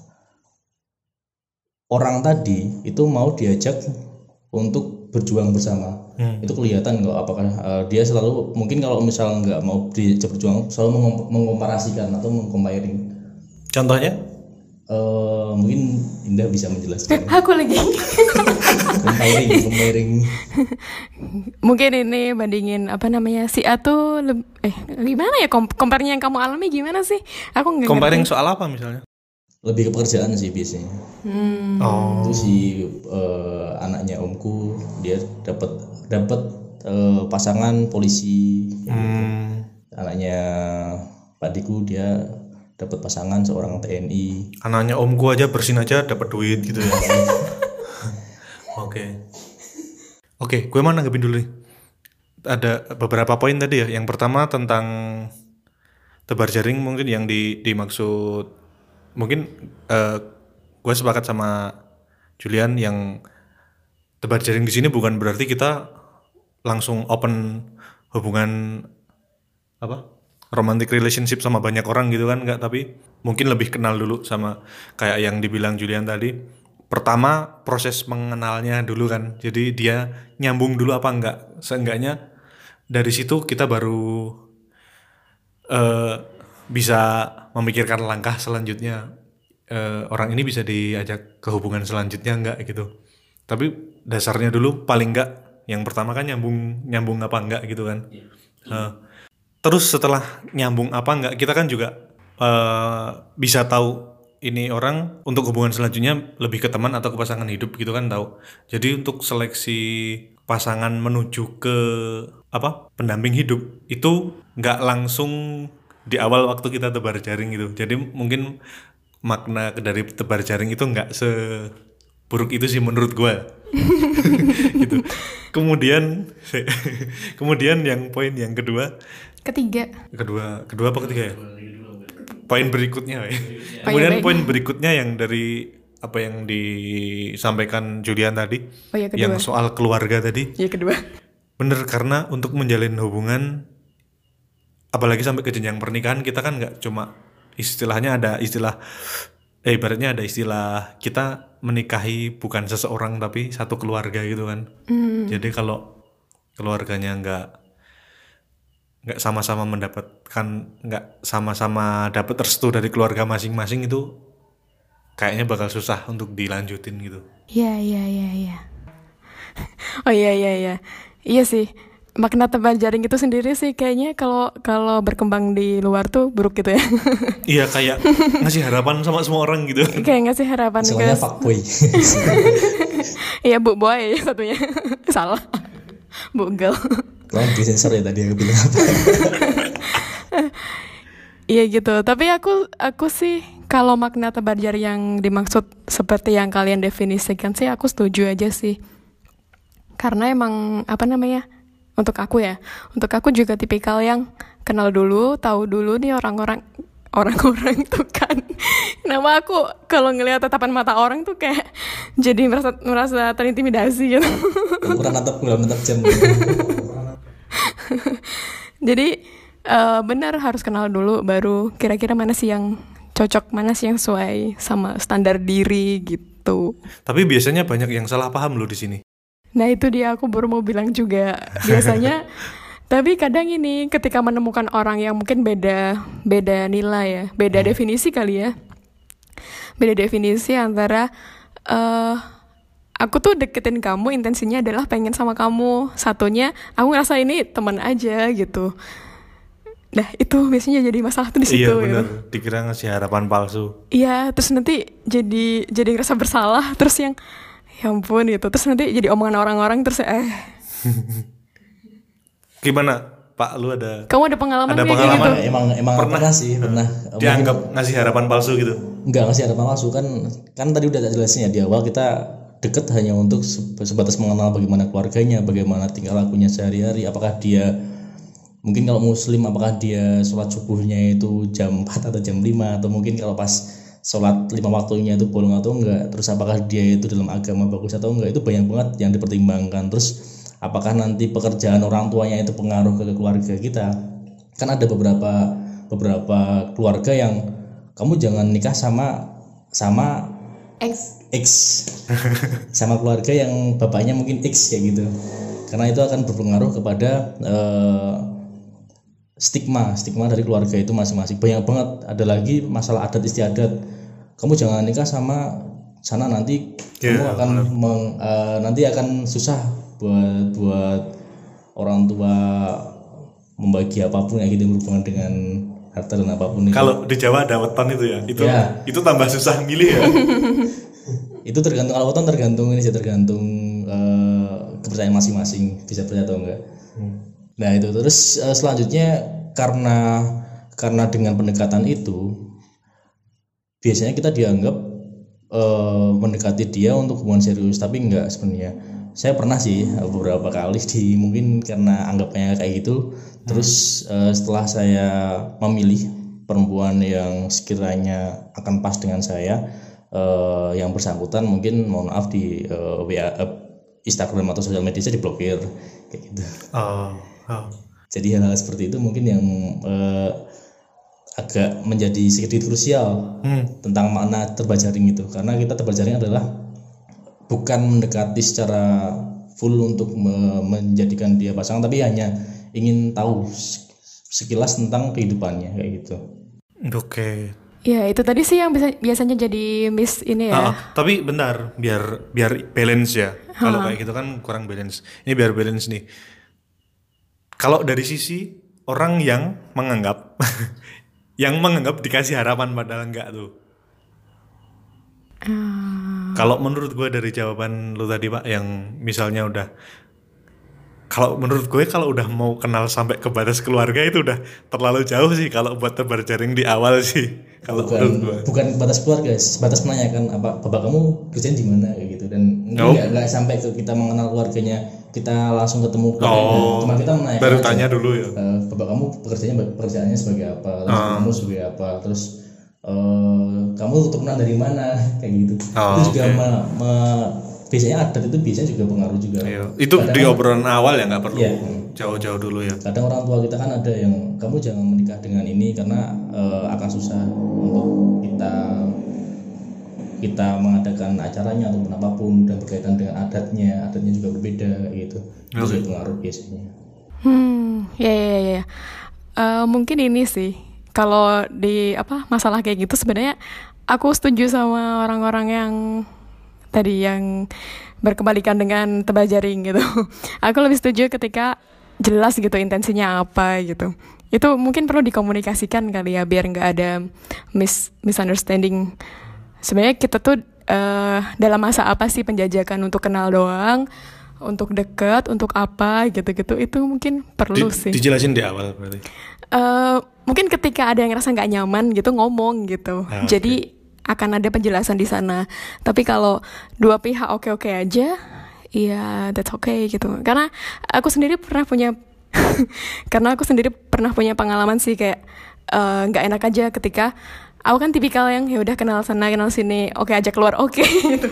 orang tadi itu mau diajak untuk berjuang bersama? Hmm. Itu kelihatan nggak? Apakah uh, dia selalu mungkin kalau misal nggak mau diajak berjuang selalu mengom- mengkomparasikan atau mengcomparing. Contohnya? Uh, mungkin Indah bisa menjelaskan. Aku lagi. comparing, comparing. Mungkin ini bandingin apa namanya si A tuh leb- eh gimana ya kom- compare-nya yang kamu alami gimana sih? Aku nggak comparing ngerti. soal apa misalnya? Lebih ke pekerjaan sih biasanya. Hmm. Oh. Itu si uh, anaknya omku dia dapat dapat uh, pasangan polisi. Hmm. Anaknya padiku dia dapat pasangan seorang T N I. Anaknya omku aja bersin aja dapat duit gitu ya. Oke. Oke, gue mau nanggepin dulu nih. Ada beberapa poin tadi ya. Yang pertama tentang tebar jaring mungkin yang di dimaksud mungkin uh, gue sepakat sama Julian yang tebar jaring di sini bukan berarti kita langsung open hubungan apa? Romantic relationship sama banyak orang gitu kan, enggak, tapi mungkin lebih kenal dulu sama kayak yang dibilang Julian tadi. Pertama proses mengenalnya dulu kan, jadi dia nyambung dulu apa enggak, seenggaknya dari situ kita baru uh, bisa memikirkan langkah selanjutnya, uh, orang ini bisa diajak ke hubungan selanjutnya enggak gitu. Tapi dasarnya dulu paling enggak yang pertama kan nyambung nyambung apa enggak gitu kan. Uh, Terus setelah nyambung apa enggak, kita kan juga uh, bisa tahu ini orang untuk hubungan selanjutnya lebih ke teman atau ke pasangan hidup gitu kan tahu. Jadi untuk seleksi pasangan menuju ke apa pendamping hidup itu nggak langsung di awal waktu kita tebar jaring gitu. Jadi mungkin makna dari tebar jaring itu nggak seburuk itu sih menurut gue. Gitu. Kemudian kemudian yang poin yang kedua. Ketiga. Kedua, kedua apa ketiga ya? Poin berikutnya. Ya. Kemudian poin berikutnya yang dari apa yang disampaikan Julian tadi, oh, ya, yang soal keluarga tadi. Ya kedua. Bener, karena untuk menjalin hubungan, apalagi sampai ke jenjang pernikahan, kita kan nggak cuma istilahnya ada istilah, eh ibaratnya ada istilah kita menikahi bukan seseorang tapi satu keluarga gitu kan. Mm. Jadi kalau keluarganya nggak nggak sama-sama mendapatkan nggak sama-sama dapat restu dari keluarga masing-masing itu kayaknya bakal susah untuk dilanjutin gitu. Iya iya iya iya. Oh iya iya iya. Iya sih. Makna tebar jaring itu sendiri sih kayaknya kalau kalau berkembang di luar tuh buruk gitu ya. Iya, kayak ngasih harapan sama semua orang gitu. Kayak ngasih harapan ke Soalnya fuckboy. Iya, Bu Boy satunya. Salah. Bu Girl. Kalian disensor ya tadi aku bilang apa? Iya gitu. Tapi aku aku sih kalau makna tebar jaring yang dimaksud seperti yang kalian definisikan sih aku setuju aja sih. Karena emang apa namanya? Untuk aku ya. Untuk aku juga tipikal yang kenal dulu, tahu dulu nih orang-orang orang-orang tuh kan. Nama aku kalau ngelihat tatapan mata orang tuh kayak jadi merasa merasa terintimidasi gitu. Kurang natap kurang natap jam. Jadi uh, benar harus kenal dulu baru kira-kira mana sih yang cocok, mana sih yang sesuai sama standar diri gitu. Tapi biasanya banyak yang salah paham loh di sini. Nah itu dia, aku baru mau bilang juga biasanya. Tapi kadang ini ketika menemukan orang yang mungkin beda beda nilai ya, beda hmm. definisi kali ya, beda definisi antara uh, aku tuh deketin kamu intensinya adalah pengen sama kamu, satunya aku ngerasa ini teman aja gitu. Nah itu biasanya jadi masalah tuh di situ. Iya benar, gitu. Dikira ngasih harapan palsu. Iya, terus nanti jadi jadi ngerasa bersalah, terus yang ya ampun gitu, terus nanti jadi omongan orang-orang terus eh. Gimana Pak, lu ada? Kamu ada pengalaman? Ada kayak pengalaman? gitu? Emang emang pernah, pernah sih, pernah. Dianggap Mungkin, ngasih harapan palsu gitu? Enggak ngasih harapan palsu kan, kan tadi udah jelasin ya di awal kita deket hanya untuk sebatas mengenal bagaimana keluarganya, bagaimana tingkah lakunya sehari-hari, apakah dia mungkin kalau muslim apakah dia sholat subuhnya itu jam empat atau jam lima, atau mungkin kalau pas sholat lima waktunya itu bolong atau enggak, terus apakah dia itu dalam agama bagus atau enggak, itu banyak banget yang dipertimbangkan. Terus apakah nanti pekerjaan orang tuanya itu pengaruh ke keluarga kita. Kan ada beberapa beberapa keluarga yang kamu jangan nikah sama sama X X sama keluarga yang bapaknya mungkin X ya gitu, karena itu akan berpengaruh kepada uh, stigma stigma dari keluarga itu masing-masing. Banyak banget. Ada lagi masalah adat istiadat, kamu jangan nikah sama sana, nanti yeah, kamu akan meng, uh, nanti akan susah buat buat orang tua membagi apapun yang gitu berhubungan dengan harta dan apapun itu. Kalau di Jawa ada weton itu ya, itu ya. Itu tambah susah milih ya. Itu tergantung, kalau weton tergantung ini sih, tergantung uh, kepercayaan masing-masing, bisa percaya atau enggak. Hmm. Nah itu terus uh, selanjutnya karena karena dengan pendekatan itu biasanya kita dianggap uh, mendekati dia untuk hubungan serius, tapi enggak sebenarnya. Saya pernah sih beberapa kali di mungkin karena anggapnya kayak gitu. Terus uh, setelah saya memilih perempuan yang sekiranya akan pas dengan saya, uh, yang bersangkutan mungkin mohon maaf di uh, W A, uh, Instagram atau sosial media saya diblokir kayak gitu. Oh, oh. Jadi hal-hal seperti itu mungkin yang uh, agak menjadi sedikit krusial hmm. tentang makna terbal jaring itu, karena kita terbal jaring adalah bukan mendekati secara full untuk me- menjadikan dia pasangan, tapi hanya ingin tahu sekilas tentang kehidupannya kayak gitu. Oke. Okay. Ya itu tadi sih yang bisa, biasanya jadi miss ini ya. Ah, tapi bentar, biar biar balance ya. Kalau kayak gitu kan kurang balance. Ini biar balance nih. Kalau dari sisi orang yang menganggap yang menganggap dikasih harapan padahal enggak tuh. Hmm. Kalau menurut gue dari jawaban lu tadi Pak, yang misalnya udah, kalau menurut gue kalau udah mau kenal sampai ke batas keluarga itu udah terlalu jauh sih kalau buat tebar jaring di awal sih. Kalau bukan menurut gue. Bukan batas keluarga, sebatas menanyakan apa bapak kamu kerjaan di mana kayak gitu, dan oh. nggak nggak sampai ke kita mengenal keluarganya, kita langsung ketemu keluarga. Oh. Cuma kita menanyakan baru aja, tanya dulu ya. Uh, bapak kamu pekerjaannya pekerjaannya sebagai apa, terus uh. kamu sebagai apa, terus Uh, kamu keturunan dari mana kayak gitu. Oh, itu juga okay. me, me, biasanya adat itu biasanya juga pengaruh juga. Iya. Itu kadang di obrolan awal ya, nggak perlu iya, jauh-jauh dulu ya. Kadang orang tua kita kan ada yang kamu jangan menikah dengan ini karena uh, akan susah untuk kita kita mengadakan acaranya ataupun apapun dan berkaitan dengan adatnya, adatnya juga berbeda gitu. Itu okay. juga pengaruh biasanya. Hmm, ya ya ya. Uh, mungkin ini sih. Kalau di apa masalah kayak gitu sebenarnya aku setuju sama orang-orang yang tadi yang berkebalikan dengan tebal jaring gitu. Aku lebih setuju ketika jelas gitu intensinya apa gitu. Itu mungkin perlu dikomunikasikan kali ya biar nggak ada mis- misunderstanding. Sebenarnya kita tuh uh, dalam masa apa sih penjajakan, untuk kenal doang, untuk deket, untuk apa gitu-gitu, itu mungkin perlu di, sih. Dijelasin di awal berarti. Uh, mungkin ketika ada yang ngerasa nggak nyaman gitu ngomong gitu, ah, jadi okay. akan ada penjelasan di sana. Tapi kalau dua pihak oke-oke aja, ya that's okay gitu. Karena aku sendiri pernah punya, karena aku sendiri pernah punya pengalaman sih kayak nggak uh, enak aja ketika aku kan tipikal yang ya udah kenal sana kenal sini, oke okay, ajak keluar oke okay, gitu.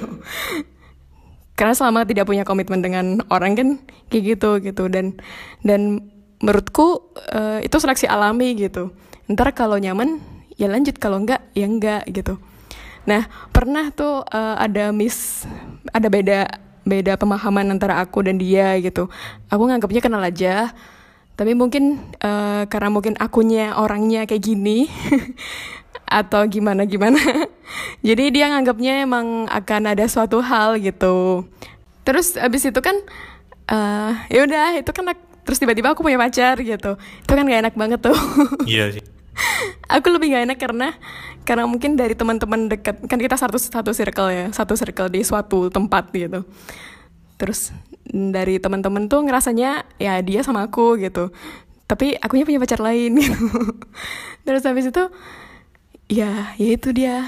Karena selama tidak punya komitmen dengan orang kan kayak gitu gitu dan dan menurutku uh, itu seleksi alami gitu. Ntar kalau nyaman ya lanjut, kalau enggak ya enggak gitu. Nah pernah tuh uh, ada miss, ada beda beda pemahaman antara aku dan dia gitu. Aku nganggapnya kenal aja, tapi mungkin uh, karena mungkin akunya orangnya kayak gini atau gimana gimana. Jadi dia nganggapnya emang akan ada suatu hal gitu. Terus abis itu kan uh, ya udah itu kan terus tiba-tiba aku punya pacar gitu. Itu kan gak enak banget tuh. Iya sih. Aku lebih gak enak karena karena mungkin dari teman-teman dekat, kan kita satu satu circle ya, satu circle di suatu tempat gitu. Terus dari teman-teman tuh ngerasanya ya dia sama aku gitu. Tapi akunya punya pacar lain gitu. Terus habis itu ya ya itu dia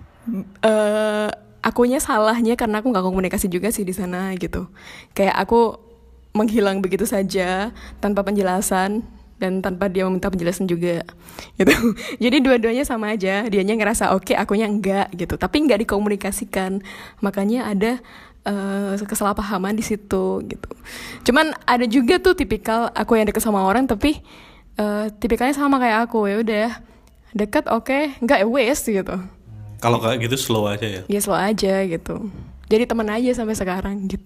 uh, akunya salahnya karena aku nggak komunikasi juga sih di sana gitu. Kayak aku menghilang begitu saja tanpa penjelasan dan tanpa dia meminta penjelasan juga gitu. Jadi dua-duanya sama aja, dianya ngerasa oke, akunya enggak gitu, tapi enggak dikomunikasikan, makanya ada uh, kesalahpahaman di situ gitu. Cuman ada juga tuh tipikal aku yang deket sama orang tapi uh, tipikalnya sama kayak aku, ya udah deket oke, enggak ya wes gitu. Kalau kayak gitu slow aja ya? Ya slow aja gitu, jadi teman aja sampai sekarang gitu.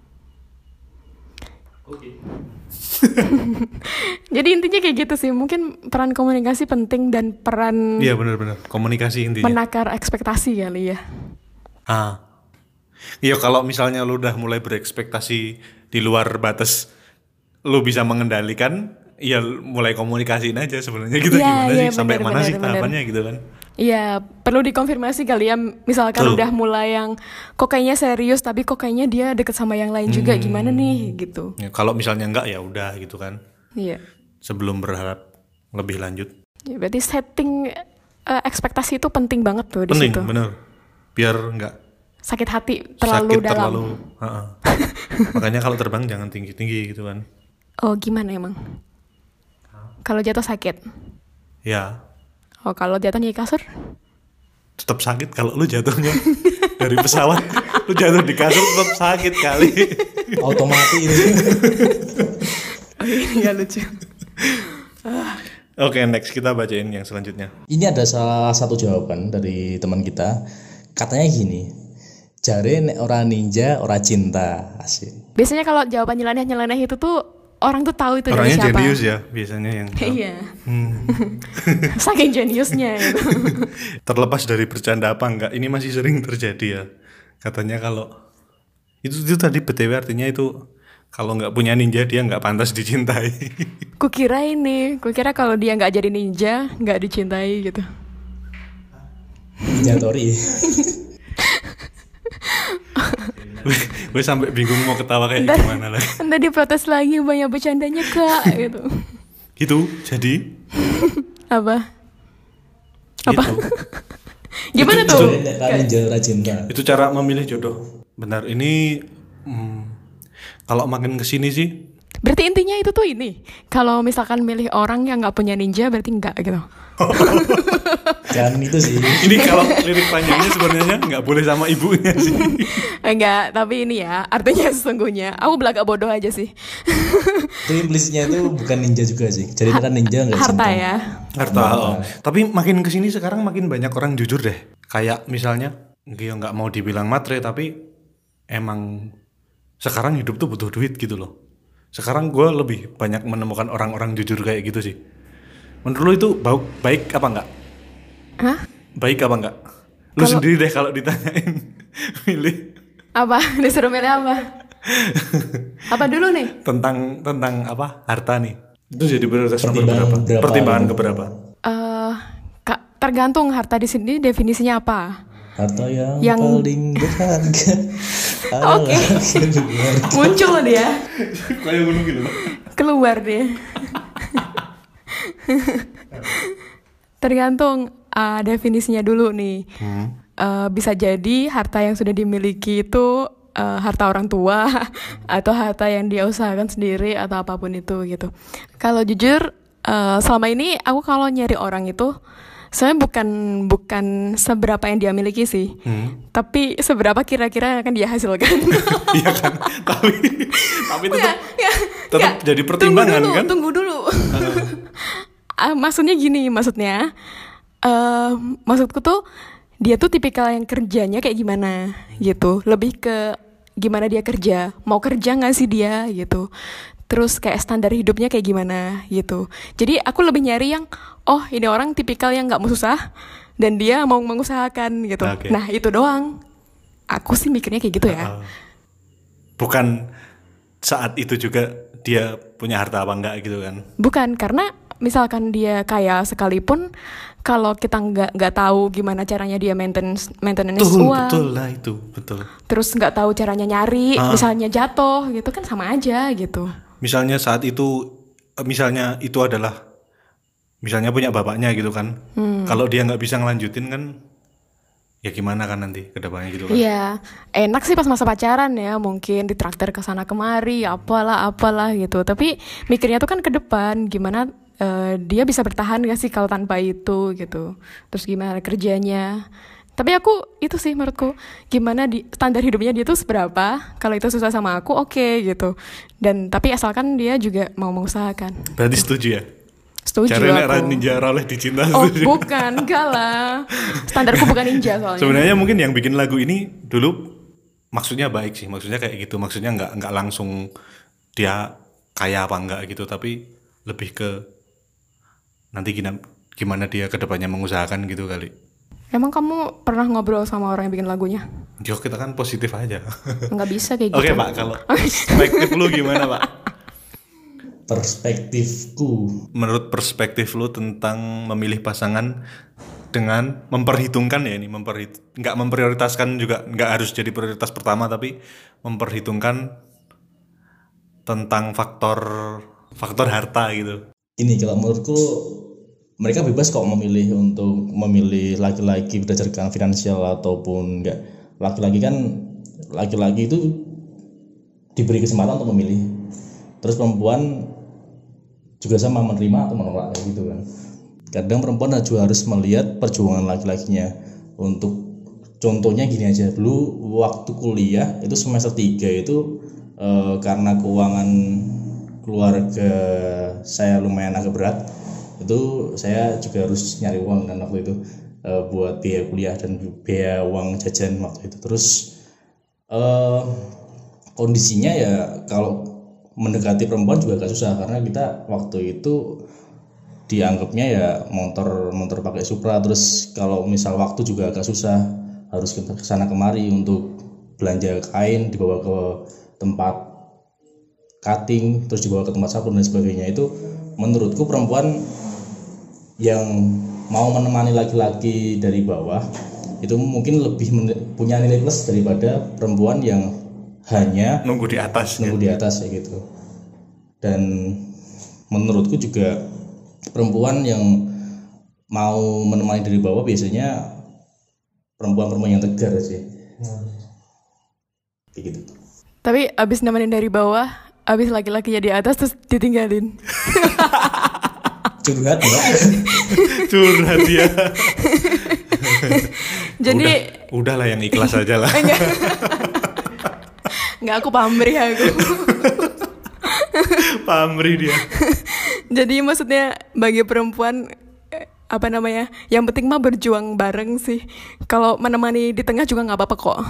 Oke. Jadi intinya kayak gitu sih, mungkin peran komunikasi penting dan peran Iya benar-benar komunikasi intinya. menakar ekspektasi kali ya. Ah, iya kalau misalnya lu udah mulai berekspektasi di luar batas lu bisa mengendalikan, ya mulai komunikasiin aja sebenarnya kita Iya, gimana iya, sih, sampai benar, mana benar, sih benar. tahapannya gitu kan? Iya, perlu dikonfirmasi kali ya, misalkan Betul. udah mulai yang kok kayaknya serius tapi kok kayaknya dia deket sama yang lain juga, gimana nih gitu. Ya, kalau misalnya enggak ya udah gitu kan, Iya. sebelum berharap lebih lanjut. Ya, berarti setting eh, ekspektasi itu penting banget tuh di Penting situ. bener, biar enggak Sakit hati terlalu sakit dalam. terlalu. Ha-ha. Makanya kalau terbang jangan tinggi-tinggi gitu kan. Oh, gimana emang? Kalau jatuh sakit. Ya Oh, kalau jatuh di kasur? tetap sakit kalau lu jatuhnya dari pesawat, lu jatuh di kasur tetap sakit kali. Otomatis ini. Oh, ini gak lucu. Oke, next kita bacain yang selanjutnya. Ini ada salah satu jawaban dari teman kita. Katanya gini, jare nek ora ninja ora cinta. Asik. Biasanya kalau jawaban nyeleneh-nyeleneh itu tuh orang tuh tahu itu Orangnya dari siapa. jenius ya biasanya yang Iya. Hmm. Saking jeniusnya gitu. Terlepas dari bercanda apa enggak, ini masih sering terjadi ya. Katanya kalau itu itu tadi B T W artinya itu kalau nggak punya ninja dia nggak pantas dicintai. Kukira ini, kukira kalau dia nggak jadi ninja, nggak dicintai gitu. Ninja Tori. Gue sampai bingung mau ketawa kayak Ntar- gimana lagi. Ntar diprotes lagi, banyak bercandanya kak gitu. Gitu, jadi Apa? Apa? gitu. Gimana Itu- tuh? Jare nek ora ninja ora cinta. Itu cara memilih jodoh. Benar, ini hmm, kalau makin kesini sih Berarti intinya itu tuh ini. Kalau misalkan milih orang yang nggak punya ninja, berarti nggak gitu. Kan itu sih. ini kalau lirik panjangnya sebenarnya nggak boleh sama ibunya sih. Enggak, tapi ini ya, artinya sesungguhnya. Aku belagak bodoh aja sih. Itu implisitnya itu bukan ninja juga sih. Jadi kan ninja enggak cinta. Harta ya. Harta. oh. Tapi makin kesini sekarang makin banyak orang jujur deh. Kayak misalnya dia nggak mau dibilang matre tapi emang sekarang hidup tuh butuh duit gitu loh. Sekarang gue lebih banyak menemukan orang-orang jujur kayak gitu sih. Menurut lu itu bau- baik apa enggak? Hah? Baik apa enggak? Lu Kalau- sendiri deh kalau ditanyain milih Apa? Disuruh milih apa? Apa dulu nih? tentang tentang apa harta nih. Itu jadi prioritas nomor Pertimbangan berapa? berapa Pertimbangan gitu. keberapa? Eh, Kak, tergantung harta di sini definisinya apa. Harta yang, Yang- paling berharga. Oke. adalah Muncul dia, Kayak gunung gitu. keluar dia. Tergantung uh, definisinya dulu nih. Uh, bisa jadi harta yang sudah dimiliki itu uh, harta orang tua atau harta yang dia usahakan sendiri atau apapun itu gitu. Kalau jujur, uh, selama ini aku kalau nyari orang itu sebenarnya bukan bukan seberapa yang dia miliki sih, Hmm. tapi seberapa kira-kira yang akan dia hasilkan. Iya kan? Tapi tapi tetap Ya, tetap ya. jadi pertimbangan tunggu dulu, kan? Tunggu dulu. Ah, maksudnya gini, maksudnya, eh maksudku tuh dia tuh tipikal yang kerjanya kayak gimana gitu, lebih ke gimana dia kerja, mau kerja nggak sih dia gitu. Terus kayak standar hidupnya kayak gimana gitu. Jadi aku lebih nyari yang, oh ini orang tipikal yang nggak mau susah dan dia mau mengusahakan gitu. Oke. Nah itu doang. Aku sih mikirnya kayak gitu ya. Uh, bukan saat itu juga dia punya harta apa enggak gitu kan? Bukan, karena misalkan dia kaya sekalipun, kalau kita nggak nggak tahu gimana caranya dia maintenance maintenance Betul, uang, betul lah itu, betul. terus nggak tahu caranya nyari, Ah. misalnya jatuh gitu kan sama aja gitu. Misalnya saat itu, eh, misalnya itu adalah, misalnya punya bapaknya gitu kan. Hmm. Kalau dia nggak bisa ngelanjutin kan, ya gimana kan nanti ke depannya gitu kan? Iya, enak sih pas masa pacaran ya, mungkin ditraktir ke sana kemari, apalah apalah gitu. Tapi mikirnya tuh kan ke depan, gimana eh, dia bisa bertahan gak sih kalau tanpa itu gitu. Terus gimana kerjanya. Tapi aku itu sih menurutku gimana di standar hidupnya dia tuh seberapa. Kalau itu susah sama aku oke okay, gitu. Dan tapi asalkan dia juga mau mengusahakan. Berarti setuju ya? Setuju Caranya aku. ninja oleh dicinta. Oh setuju. bukan, enggak lah. Standarku bukan ninja soalnya. Sebenarnya mungkin yang bikin lagu ini dulu maksudnya baik sih. Maksudnya kayak gitu. Maksudnya nggak nggak langsung dia kaya apa enggak gitu. Tapi lebih ke nanti gimana, gimana dia kedepannya mengusahakan gitu kali. Emang kamu pernah ngobrol sama orang yang bikin lagunya? Jo, kita kan positif aja. Nggak bisa kayak gitu. Oke Pak, kalau perspektif lu gimana Pak? Perspektifku, Menurut perspektif lu tentang memilih pasangan dengan memperhitungkan ya ini, memperhit nggak memprioritaskan juga, nggak harus jadi prioritas pertama, tapi memperhitungkan tentang faktor faktor harta gitu. ini kalau menurutku mereka bebas kok memilih untuk memilih laki-laki berdasarkan finansial ataupun enggak. Laki-laki kan laki-laki itu diberi kesempatan untuk memilih. Terus perempuan juga sama menerima atau menolak kayak gitu kan. Kadang perempuan juga harus melihat perjuangan laki-lakinya. Untuk contohnya gini aja, dulu waktu kuliah itu semester tiga itu eh, karena keuangan keluarga saya lumayan agak berat. Itu saya juga harus nyari uang kan waktu itu uh, buat biaya kuliah dan biaya uang jajan waktu itu. Terus uh, kondisinya ya kalau mendekati perempuan juga agak susah karena kita waktu itu dianggapnya ya motor motor pakai Supra. Terus kalau misal waktu juga agak susah, harus ke sana kemari untuk belanja kain, dibawa ke tempat cutting, terus dibawa ke tempat sabun dan sebagainya. Itu menurutku perempuan yang mau menemani laki-laki dari bawah itu mungkin lebih men- punya nilai plus daripada perempuan yang hanya Nunggu di atas. nunggu di atas ya gitu. Dan menurutku juga perempuan yang mau menemani dari bawah biasanya perempuan-perempuan yang tegar sih. Kayak gitu. Tapi abis nemenin dari bawah, abis laki-lakinya di atas terus ditinggalin. Curhat ya. Curhat dia. Jadi udah, udahlah yang ikhlas aja lah. enggak. Enggak, aku pamrih aku. Pamrih dia. Jadi maksudnya bagi perempuan eh, apa namanya? Yang penting mah berjuang bareng sih. Kalau menemani di tengah juga nggak apa-apa kok.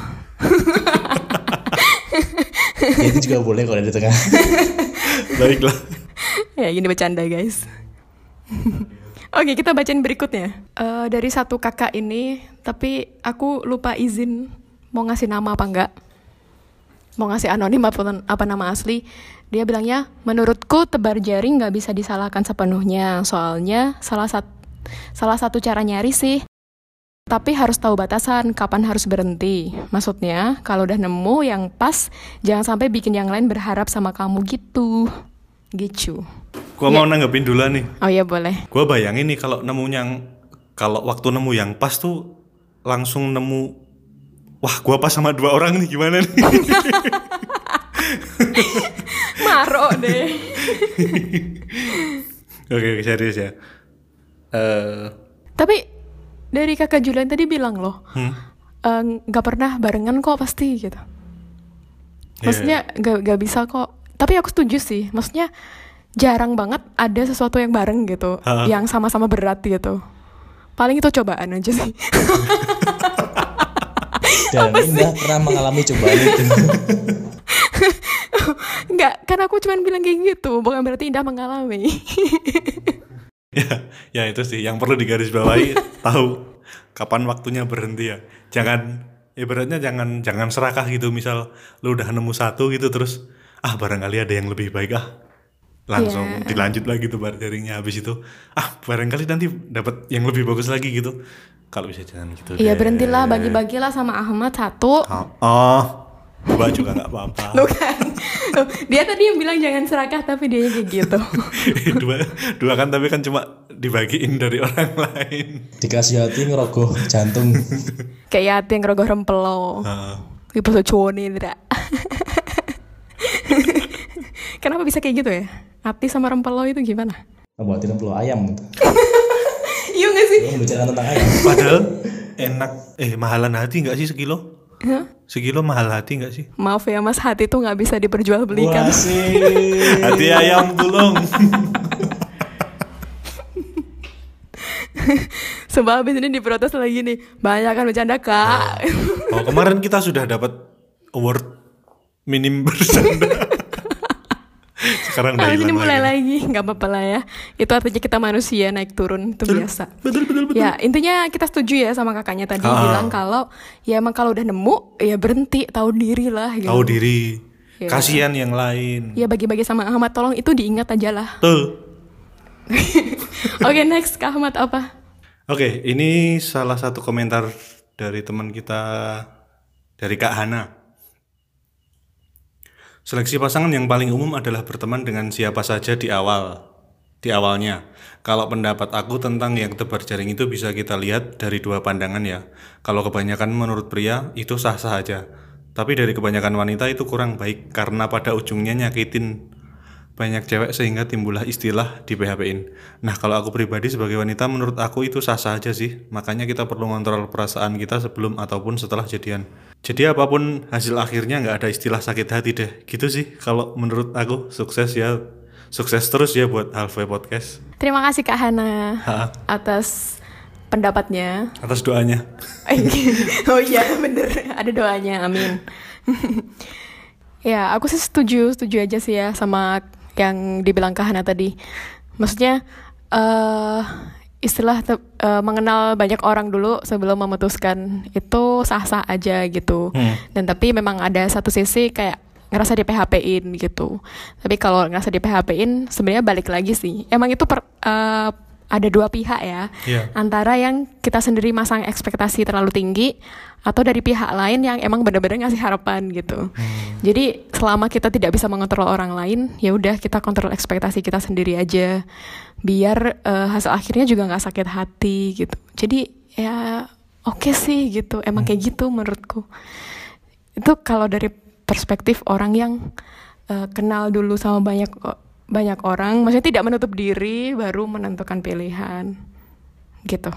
Ya, itu juga boleh kalau ada di tengah. Baiklah. Ya gini bercanda guys. Oke, kita bacain berikutnya. Eh, dari satu kakak ini, tapi aku lupa izin mau ngasih nama apa enggak. Mau ngasih anonim apa, apa nama asli. Dia bilangnya, menurutku tebar jari nggak bisa disalahkan sepenuhnya. Soalnya salah, sat, salah satu cara nyari sih. Tapi harus tahu batasan, kapan harus berhenti. Maksudnya, kalau udah nemu yang pas, jangan sampai bikin yang lain berharap sama kamu gitu. Gitu. Gua Ya. mau nanggepin dulu nih. Oh iya boleh. Gua bayangin nih kalau nemu yang kalau waktu nemu yang pas tuh langsung nemu, wah gua pas sama dua orang nih, gimana nih? Marok deh. Oke, oke, serius ya. Eh, Tapi dari kakak Julian tadi bilang loh, hmm? eh, nggak pernah barengan kok pasti gitu. Maksudnya nggak nggak bisa kok. Tapi aku setuju sih. Maksudnya jarang banget ada sesuatu yang bareng gitu, Ha. yang sama-sama berat gitu. Paling itu cobaan aja sih. Dan Indah pernah mengalami cobaan itu. Nggak, kan aku cuma bilang kayak gitu, bukan berarti Indah mengalami. ya, ya itu sih yang perlu digarisbawahi, tahu kapan waktunya berhenti ya. Jangan, ibaratnya jangan jangan serakah gitu. Misal lu udah nemu satu gitu terus, ah barangkali ada yang lebih baik ah. Langsung Yeah. dilanjut lagi tuh bar jaringnya, habis itu ah barangkali nanti dapat yang lebih bagus lagi gitu. Kalau bisa jangan gitu. Iya deh. berhentilah, bagi-bagilah sama Ahmad satu. Oh, oh gua juga nggak apa-apa. Tuh kan. Tuh, dia tadi yang bilang jangan serakah tapi dia kayak gitu. dua dua kan tapi kan cuma dibagiin dari orang lain. Dikasih hati ngerogoh jantung. Kayak hati yang ngerogoh rempelo. Nah, Ibu cowone tidak. Kenapa bisa kayak gitu ya? Hati sama rempelo itu gimana? ngebuatin pulau ayam gitu. Iya nggak sih? Dia membicarakan tentang ayam. Padahal enak, eh mahalan hati nggak sih sekilo? Hah? Sekilo mahal hati nggak sih? Maaf ya mas, hati tuh nggak bisa diperjualbelikan. Wah sih. Hati ayam tulung. Sebab habis ini diprotes lagi nih, banyak kan bercanda kak. Oh kemarin kita sudah dapat award minim bercanda. Sekarang udah Habis ini hilang mulai lagi. lagi, nggak apa-apa lah ya. Itu artinya kita manusia naik turun itu biasa. Betul betul betul. Ya intinya kita setuju ya sama kakaknya tadi Ah. bilang kalau ya emang kalau udah nemu ya berhenti, tahu diri lah gitu. Tahu diri. Ya. Kasihan yang lain. Ya bagi-bagi sama Ahmad, tolong itu diingat aja lah. Tuh. Oke next Kak Ahmad apa? Oke, ini salah satu komentar dari teman kita, dari Kak Hana. Seleksi pasangan yang paling umum adalah berteman dengan siapa saja di awal, di awalnya. Kalau pendapat aku tentang yang tebar jaring itu bisa kita lihat dari dua pandangan ya. Kalau kebanyakan menurut pria itu sah-sah aja. Tapi dari kebanyakan wanita itu kurang baik karena pada ujungnya nyakitin banyak cewek sehingga timbullah istilah di P H P-in. Nah kalau aku pribadi sebagai wanita menurut aku itu sah-sah aja sih. Makanya kita perlu ngontrol perasaan kita sebelum ataupun setelah jadian. Jadi apapun hasil akhirnya nggak ada istilah sakit hati deh. Gitu sih kalau menurut aku. Sukses ya. Sukses terus ya buat Halfway Podcast. Terima kasih Kak Hana Ha, atas pendapatnya. atas doanya. Oh iya bener, ada doanya, amin. Ya aku sih setuju, setuju aja sih ya sama yang dibilang Kak Hana tadi. Maksudnya uh, istilah te- uh, mengenal banyak orang dulu sebelum memutuskan itu sah-sah aja gitu. Hmm. Dan tapi memang ada satu sisi kayak ngerasa di P H P-in gitu. Tapi kalau ngerasa di P H P-in sebenarnya balik lagi sih. Emang itu per, uh, ada dua pihak ya. Iya. Antara yang kita sendiri masang ekspektasi terlalu tinggi atau dari pihak lain yang emang benar-benar ngasih harapan gitu. Hmm. Jadi selama kita tidak bisa mengontrol orang lain, ya udah kita kontrol ekspektasi kita sendiri aja. Biar uh, hasil akhirnya juga nggak sakit hati gitu. Jadi ya oke okay sih gitu. Emang kayak gitu menurutku. Itu kalau dari perspektif orang yang uh, kenal dulu sama banyak banyak orang, maksudnya tidak menutup diri baru menentukan pilihan gitu.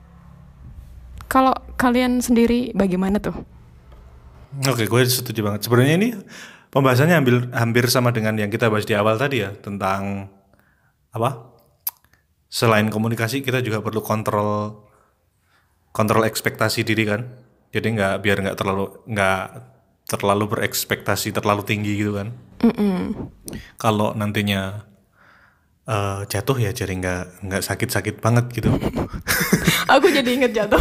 Kalau kalian sendiri bagaimana tuh? Oke, gue setuju banget. Sebenarnya ini pembahasannya hampir hampir sama dengan yang kita bahas di awal tadi ya, tentang apa? Selain komunikasi, kita juga perlu kontrol kontrol ekspektasi diri kan. Jadi nggak biar nggak terlalu nggak terlalu berekspektasi terlalu tinggi gitu kan. Mm-mm. Kalau nantinya uh, jatuh ya jadi nggak nggak sakit-sakit banget gitu. Aku jadi inget jatuh.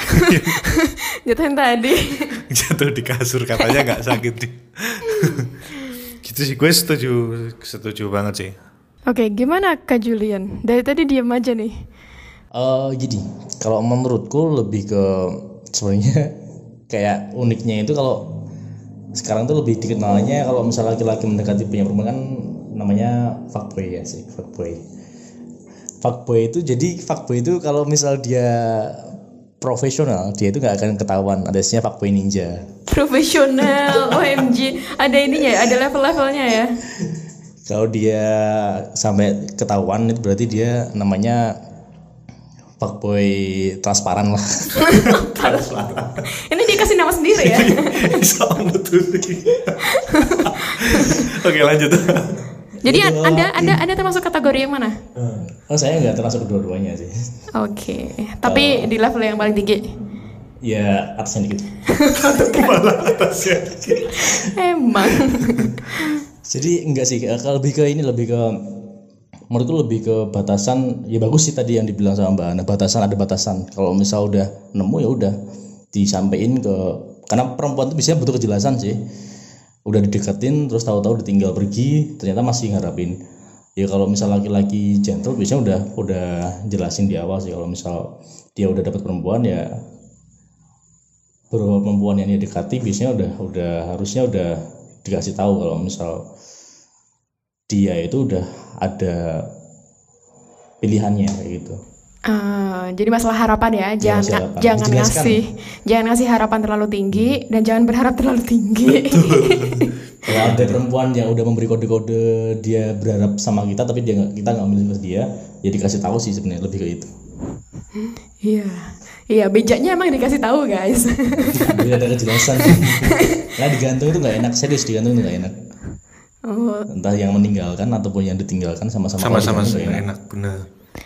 Jatuh yang tadi. Jatuh di kasur katanya nggak sakit sih. Gitu sih, gue setuju setuju banget sih. Oke, gimana Kak Julian? Dari tadi diam aja nih. Eh gini, kalau menurutku lebih ke sebenarnya kayak uniknya itu kalau sekarang tuh lebih dikenalnya kalau misalnya laki-laki mendekati punya perempuan kan namanya fuckboy ya sih, fuckboy. Fuckboy itu jadi fuckboy itu kalau misal dia profesional dia itu nggak akan ketahuan, ada istilah fuckboy ninja. Profesional, O M G. Ada ininya, ada level-levelnya ya. Kalau dia sampai ketahuan itu berarti dia namanya fuckboy transparan lah. Ini dikasih nama sendiri ya. Oke lanjut. Jadi Anda Anda Anda termasuk kategori yang mana? Oh saya nggak termasuk kedua-duanya sih. Oke, tapi di level yang paling tinggi. Ya atasnya dikit. Malah atasnya. Emang. Jadi enggak sih, kalau lebih ke ini lebih ke menurutku lebih ke batasan. Ya bagus sih tadi yang dibilang sama Mbak Ana, batasan ada batasan. Kalau misal udah nemu ya udah disampaikan ke, karena perempuan itu biasanya butuh kejelasan sih. Udah dideketin terus tahu-tahu ditinggal pergi, ternyata masih ngarapin. Ya kalau misal laki-laki gentle biasanya udah udah jelasin di awal sih. Kalau misal dia udah dapat perempuan ya beberapa perempuan yang dia dekati biasanya udah udah harusnya udah dikasih tahu kalau misal dia itu udah ada pilihannya kayak gitu. Eh, jadi masalah harapan ya, jangan masalah nga- harapan. jangan Dijelaskan. ngasih jangan ngasih harapan terlalu tinggi dan jangan berharap terlalu tinggi. Kalau ada perempuan yang udah memberi kode-kode dia berharap sama kita tapi dia nggak- kita nggak milih dia, ya dikasih tahu sih sebenarnya lebih ke itu. Iya, iya bejaknya emang dikasih tahu guys. Jadi ada kejelasan. Nah digantung itu nggak enak, serius digantung itu nggak enak. Oh, Entah yang meninggalkan ataupun yang ditinggalkan sama-sama. Sama-sama kalau sih digantung nggak enak bener.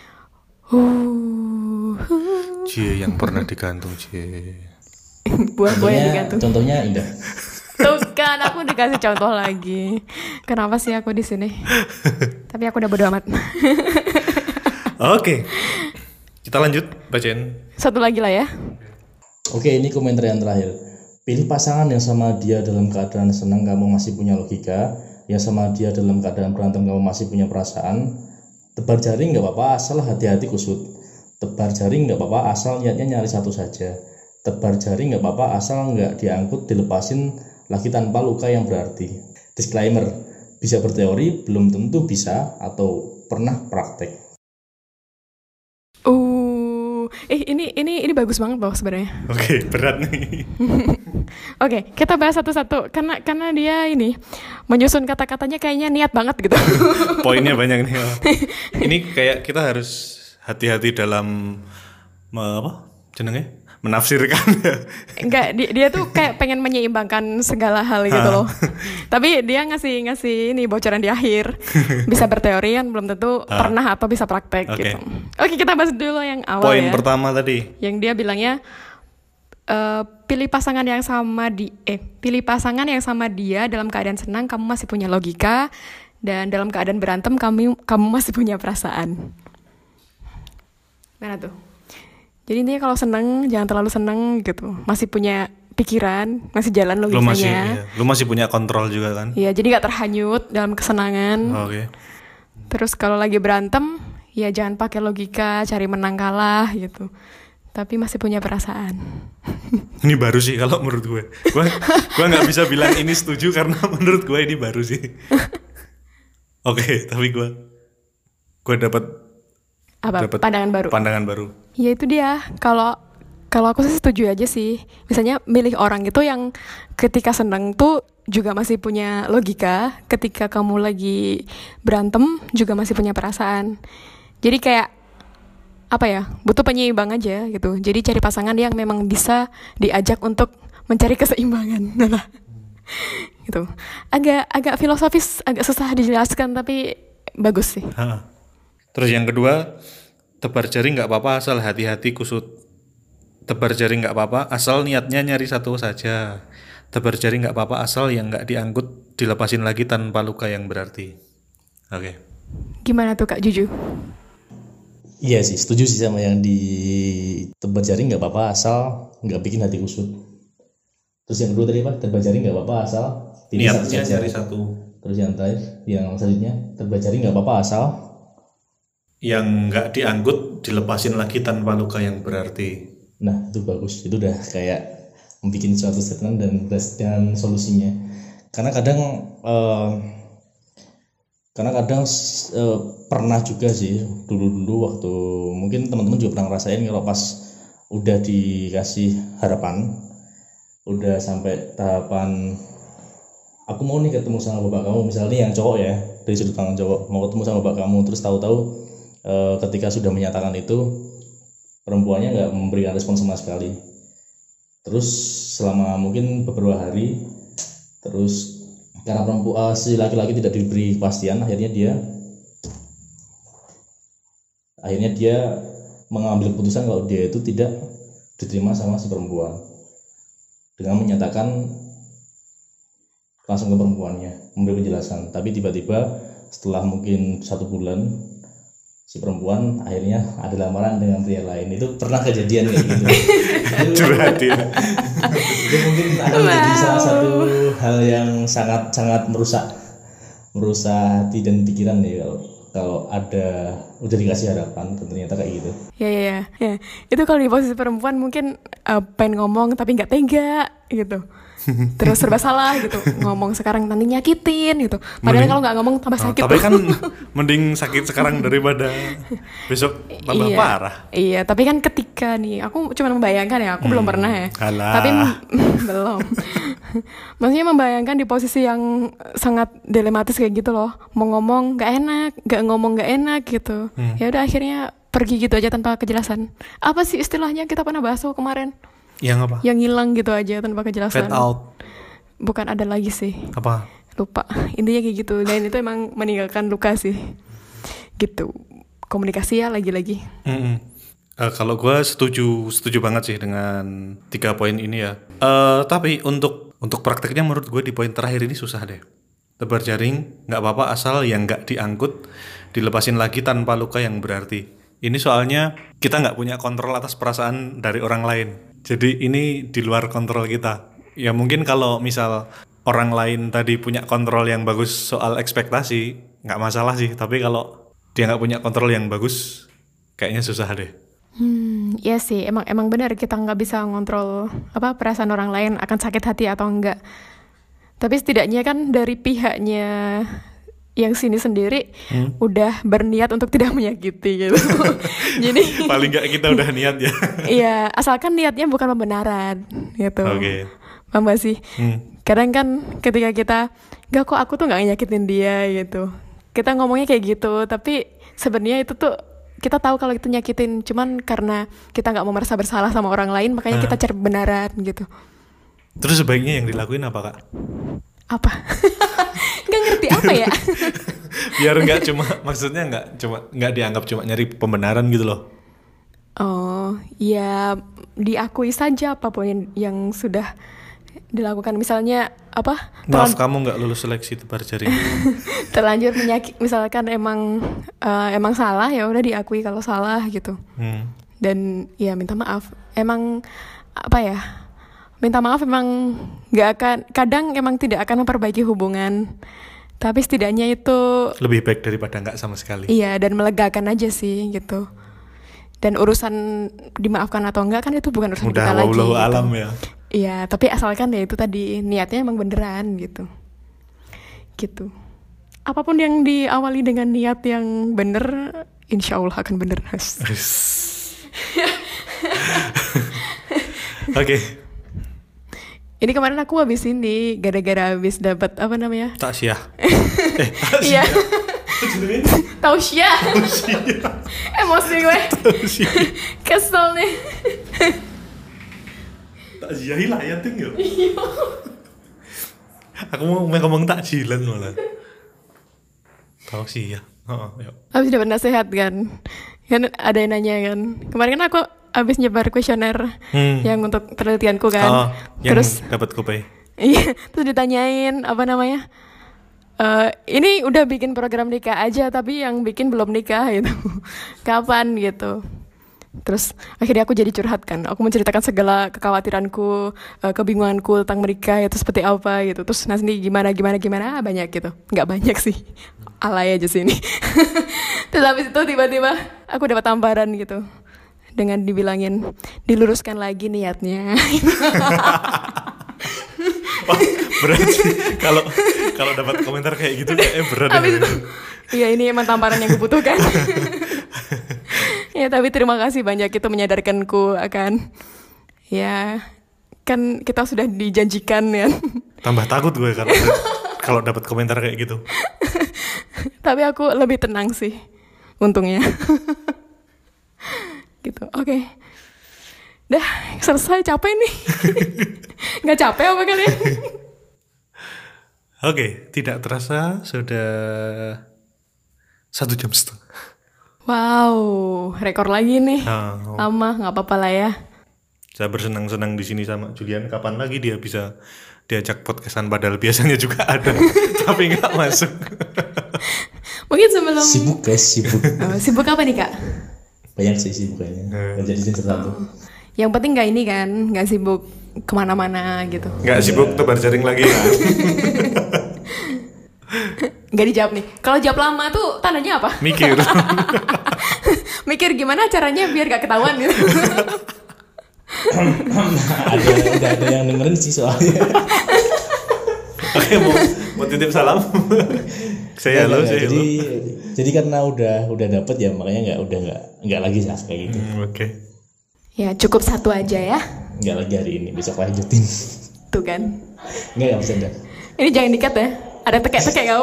uh, Cie yang pernah digantung cie. buah-buah yang Contohnya, digantung. contohnya indah. Tuh kan aku dikasih contoh lagi. Kenapa sih aku di sini? Tapi aku udah bodo amat. Oke. Kita lanjut bacain. Satu lagi lah ya. Oke, ini komentar yang terakhir. Pilih pasangan yang sama dia dalam keadaan senang kamu masih punya logika, yang sama dia dalam keadaan berantem kamu masih punya perasaan. Tebar jaring nggak apa-apa asal hati-hati kusut. Tebar jaring nggak apa-apa asal niatnya nyari satu saja. Tebar jaring nggak apa-apa asal nggak diangkut dilepasin lagi tanpa luka yang berarti. Disclaimer, bisa berteori belum tentu bisa atau pernah praktek. Uh, eh ini ini ini bagus banget loh sebenarnya. Oke, berat nih. Oke, kita bahas satu-satu karena karena dia ini menyusun kata-katanya kayaknya niat banget gitu. Poinnya banyak nih. Oh. Ini kayak kita harus hati-hati dalam me- apa? Jenenge? Menafsirkan. Enggak, dia, dia tuh kayak pengen menyeimbangkan segala hal gitu loh. Tapi dia ngasih ngasih ini bocoran di akhir. Bisa berteori kan belum tentu pernah atau bisa praktek Oke. gitu. Oke, kita bahas dulu yang awal Poin ya. pertama tadi. Yang dia bilangnya eh, pilih pasangan yang sama di eh pilih pasangan yang sama dia dalam keadaan senang kamu masih punya logika dan dalam keadaan berantem kamu kamu masih punya perasaan. Mana tuh? Jadi intinya kalau seneng jangan terlalu seneng gitu. Masih punya pikiran, masih jalan Lu masih logikanya. iya. Lu masih punya kontrol juga kan? Iya, jadi nggak terhanyut dalam kesenangan. Oke. Terus kalau lagi berantem, ya jangan pakai logika, cari menang kalah gitu. Tapi masih punya perasaan. Ini baru sih kalau menurut gue. Gue gue nggak bisa bilang ini setuju karena menurut gue ini baru sih. Oke, tapi gue gue dapat Apa? dapat Pandangan baru. Pandangan baru. Ya itu dia. Kalau kalau aku sih setuju aja sih. Misalnya milih orang itu yang ketika senang tuh juga masih punya logika, ketika kamu lagi berantem juga masih punya perasaan. Jadi kayak apa ya? Butuh penyeimbang aja gitu. Jadi cari pasangan yang memang bisa diajak untuk mencari keseimbangan. Nah, gitu. Agak agak filosofis, agak susah dijelaskan tapi bagus sih. Ha. Terus yang kedua, tebar jaring nggak apa-apa asal hati-hati kusut. Tebar jaring nggak apa-apa asal niatnya nyari satu saja. Tebar jaring nggak apa-apa asal yang nggak diangkut dilepasin lagi tanpa luka yang berarti. Oke. Gimana tuh Kak Juju? Iya sih, setuju sih sama yang di tebar jaring nggak apa-apa asal nggak bikin hati kusut. Terus yang kedua tadi apa? Tebar jaring nggak apa-apa asal pilih satu Niatnya saja. nyari satu. Terus yang terakhir, yang selanjutnya tebar jaring nggak apa-apa asal Yang nggak diangkut dilepasin lagi tanpa luka yang berarti. nah itu bagus, itu udah kayak membuat suatu statement dan dan solusinya. Karena kadang eh, karena kadang eh, pernah juga sih dulu-dulu waktu mungkin teman-teman juga pernah ngerasain kalau pas udah dikasih harapan, udah sampai tahapan aku mau nih ketemu sama bapak kamu, misalnya yang cowok ya, dari sudut pandang cowok mau ketemu sama bapak kamu, terus tahu-tahu eh, ketika sudah menyatakan itu perempuannya nggak memberikan respon sama sekali. Terus selama mungkin beberapa hari, terus karena perempuan si laki-laki tidak diberi kepastian, akhirnya dia akhirnya dia mengambil keputusan kalau dia itu tidak diterima sama si perempuan dengan menyatakan langsung ke perempuannya memberi penjelasan. Tapi tiba-tiba setelah mungkin satu bulan si perempuan akhirnya ada lamaran dengan pria lain. Itu pernah kejadian kayak gitu. Curhat ya. Itu mungkin akan menjadi salah satu hal yang sangat sangat merusak merusak hati dan pikiran ya kalau kalau ada udah dikasih harapan dan ternyata kayak gitu. Ya ya ya. ya. Itu kalau di posisi perempuan mungkin uh, pengen ngomong tapi nggak tega gitu. terus serba salah gitu, ngomong sekarang nanti nyakitin gitu, padahal kalau nggak ngomong tambah sakit. Oh, tapi kan mending sakit sekarang daripada besok tambah iya, parah. Iya, tapi kan ketika nih, aku cuma membayangkan ya, aku hmm, belum pernah ya, alah. tapi belum. Maksudnya membayangkan di posisi yang sangat dilematis kayak gitu loh, mau ngomong nggak enak, nggak ngomong nggak enak gitu. Hmm. Ya udah akhirnya pergi gitu aja tanpa kejelasan. Apa sih istilahnya kita pernah bahas kemarin? Yang apa? Yang hilang gitu aja tanpa kejelasan. Fade out. Bukan, ada lagi sih. Apa? Lupa. Intinya kayak gitu. Dan itu emang meninggalkan luka sih. Gitu. Komunikasi ya lagi-lagi. Mm-hmm. Uh, kalau gue setuju, setuju banget sih dengan tiga poin ini ya. Uh, tapi untuk untuk prakteknya menurut gue di poin terakhir ini susah deh. Tebar jaring nggak apa-apa asal yang nggak diangkut dilepasin lagi tanpa luka yang berarti. Ini soalnya kita nggak punya kontrol atas perasaan dari orang lain. Jadi ini di luar kontrol kita. Ya mungkin kalau misal orang lain tadi punya kontrol yang bagus soal ekspektasi, nggak masalah sih. Tapi kalau dia nggak punya kontrol yang bagus, kayaknya susah deh. Hmm, iya sih. Emang emang benar kita nggak bisa ngontrol apa perasaan orang lain akan sakit hati atau enggak. Tapi setidaknya kan dari pihaknya yang sini sendiri hmm? udah berniat untuk tidak menyakiti gitu. Jadi paling nggak kita udah niat ya. Iya, asalkan niatnya bukan pembenaran gitu. Oke. Okay. Paham sih? Hmm. Kadang kan ketika kita gak kok aku tuh nggak nyakitin dia gitu. Kita ngomongnya kayak gitu, tapi sebenarnya itu tuh kita tahu kalau itu nyakitin, cuman karena kita nggak mau merasa bersalah sama orang lain, makanya hmm. kita cari kebenaran gitu. Terus sebaiknya yang dilakuin apa, Kak? Apa? Nggak ngerti apa ya? Biar nggak cuma, maksudnya nggak cuma nggak dianggap cuma nyari pembenaran gitu loh. Oh, ya diakui saja apapun yang, yang sudah dilakukan. Misalnya apa? Maaf, kamu nggak lulus seleksi tebar jaring. Terlanjur menyakit, misalkan emang uh, emang salah, ya udah diakui kalau salah gitu. Hmm. Dan ya minta maaf. Emang apa ya? Minta maaf emang nggak akan, kadang emang tidak akan memperbaiki hubungan. Tapi setidaknya itu lebih baik daripada nggak sama sekali. Iya, dan melegakan aja sih gitu. Dan urusan dimaafkan atau enggak kan itu bukan urusan udah, kita lagi. Udah gitu. Alam ya. Iya, tapi asalkan ya itu tadi niatnya emang beneran gitu. Gitu. Apapun yang diawali dengan niat yang bener, insya Allah akan bener. Oke. Okay. Ini kemarin aku habis ini gara-gara habis dapat apa namanya? Taksyah. eh, taksyah. Tausyah. Emosi gue. Kesel nih. Taksyah lah ya ting yo. Aku mau ngomong takjilan malah. Tausyah. Heeh, yuk. Habis dapat nasihat kan. Kan ada yang nanya kan. Kemarin kan aku abis nyebar kuesioner hmm. yang untuk penelitianku kan, oh, terus dapat kupai. Iya, terus ditanyain apa namanya, uh, ini udah bikin program nikah aja tapi yang bikin belum nikah gitu, kapan gitu. Terus akhirnya aku jadi curhat kan, aku menceritakan segala kekhawatiranku, uh, kebingunganku tentang menikah itu seperti apa gitu. Terus nanti gimana gimana gimana banyak gitu, nggak banyak sih, alay aja sih ini. Terus habis itu tiba-tiba aku dapat tamparan gitu. Dengan dibilangin diluruskan lagi niatnya. Wah, berat sih kalau kalau dapat komentar kayak gitu kayak berat. Abis itu, iya ini emang tamparan yang kubutuhkan. Ya tapi terima kasih banyak itu menyadarkanku akan ya kan kita sudah dijanjikan ya. Tambah takut gue kalau kalau dapat komentar kayak gitu. Tapi aku lebih tenang sih untungnya. Gitu, oke, okay. Dah selesai, capek nih. Nggak capek apa kalian? Oke, okay, tidak terasa sudah satu jam setengah. Wow, rekor lagi nih. Oh. Lama, nggak apa-apa lah ya. Saya bersenang-senang di sini sama Julian. Kapan lagi dia bisa diajak podcastan padahal biasanya juga ada, tapi nggak masuk. Mungkin sebelum sibuk guys, sibuk. Oh, sibuk apa nih kak? Banyak sih sibuknya, nggak jadi satu. Yang penting nggak ini kan, nggak sibuk kemana-mana gitu. Nggak sibuk tebar jaring lagi kan? Nggak dijawab nih. Kalau jawab lama tuh tandanya apa? Mikir. Mikir gimana caranya biar nggak ketahuan gitu. ada udah ada yang dengerin sih soalnya. Oke, mau mau titip salam. Saya halo, saya jadi halo. jadi karena udah udah dapet ya makanya nggak udah nggak nggak lagi sih kayak gitu. Hmm, Oke. Ya cukup satu aja ya. Nggak lagi hari ini, besok lanjutin. Tuh kan. Nggak ya bercanda. Ini jangan dikat ya. Ada tekek-tekek kau.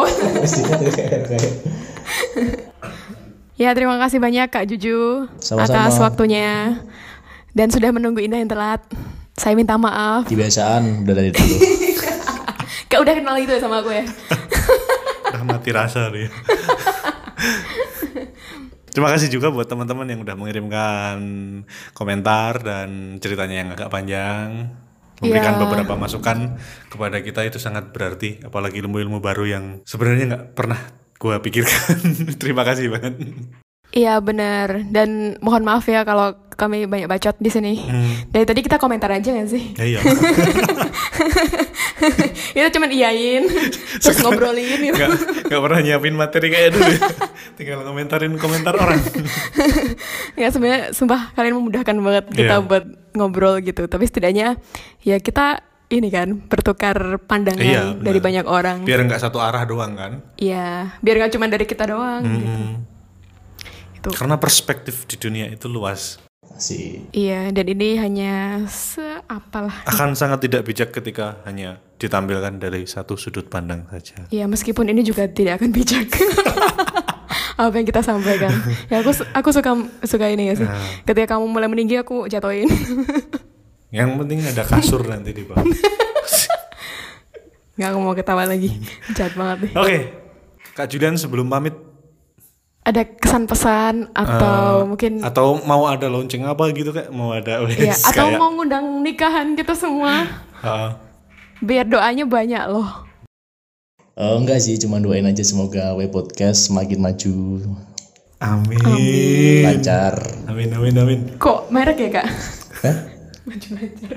Ya terima kasih banyak Kak Juju Sama-sama. atas waktunya dan sudah menunggu Indah yang telat. Saya minta maaf. Kebiasaan udah dari dulu. Kak udah kenal gitu ya sama aku ya. Udah mati rasa dia. Terima kasih juga buat teman-teman yang udah mengirimkan komentar dan ceritanya yang agak panjang, memberikan Ya. beberapa masukan kepada kita, itu sangat berarti, apalagi ilmu-ilmu baru yang sebenarnya nggak pernah gue pikirkan. Terima kasih banget. Iya benar, dan mohon maaf ya kalau kami banyak bacot di sini. Hmm. Dari tadi kita komentar aja nggak sih? Ya, iya. Kita cuman iyain, terus ngobrolin gitu. Nggak nggak pernah nyiapin materi kayak dulu. Ya. Tinggal komentarin komentar orang. Ya sebenarnya sumpah kalian memudahkan banget kita Iya. buat ngobrol gitu. Tapi setidaknya ya kita ini kan bertukar pandangan Iya, dari benar. banyak orang. Biar nggak satu arah doang kan. Iya, biar nggak cuma dari kita doang. Gitu. Hmm. Itu. Karena perspektif di dunia itu luas. Sih. Iya, dan ini hanya seapalah. Akan sangat tidak bijak ketika hanya ditampilkan dari satu sudut pandang saja. Iya, meskipun ini juga tidak akan bijak. Apa yang kita sampaikan. Ya aku su- aku suka suka ini ya sih. Nah. Ketika kamu mulai meninggi aku jatuhin. Yang penting ada kasur nanti di bawah. Nggak, aku mau ketawa lagi. Jahat banget nih. Oke, Kak Julian sebelum pamit, Ada kesan-pesan atau eh, mungkin atau mau ada launching apa gitu Kak? Mau ada ya, wes, atau kayak, mau ngundang nikahan kita semua. eh, Biar doanya banyak loh. Oh, enggak sih, cuma doain aja semoga web podcast semakin maju, amin. lancar. Amin amin amin. Kok merek ya, Kak? Hah? Maju lancar.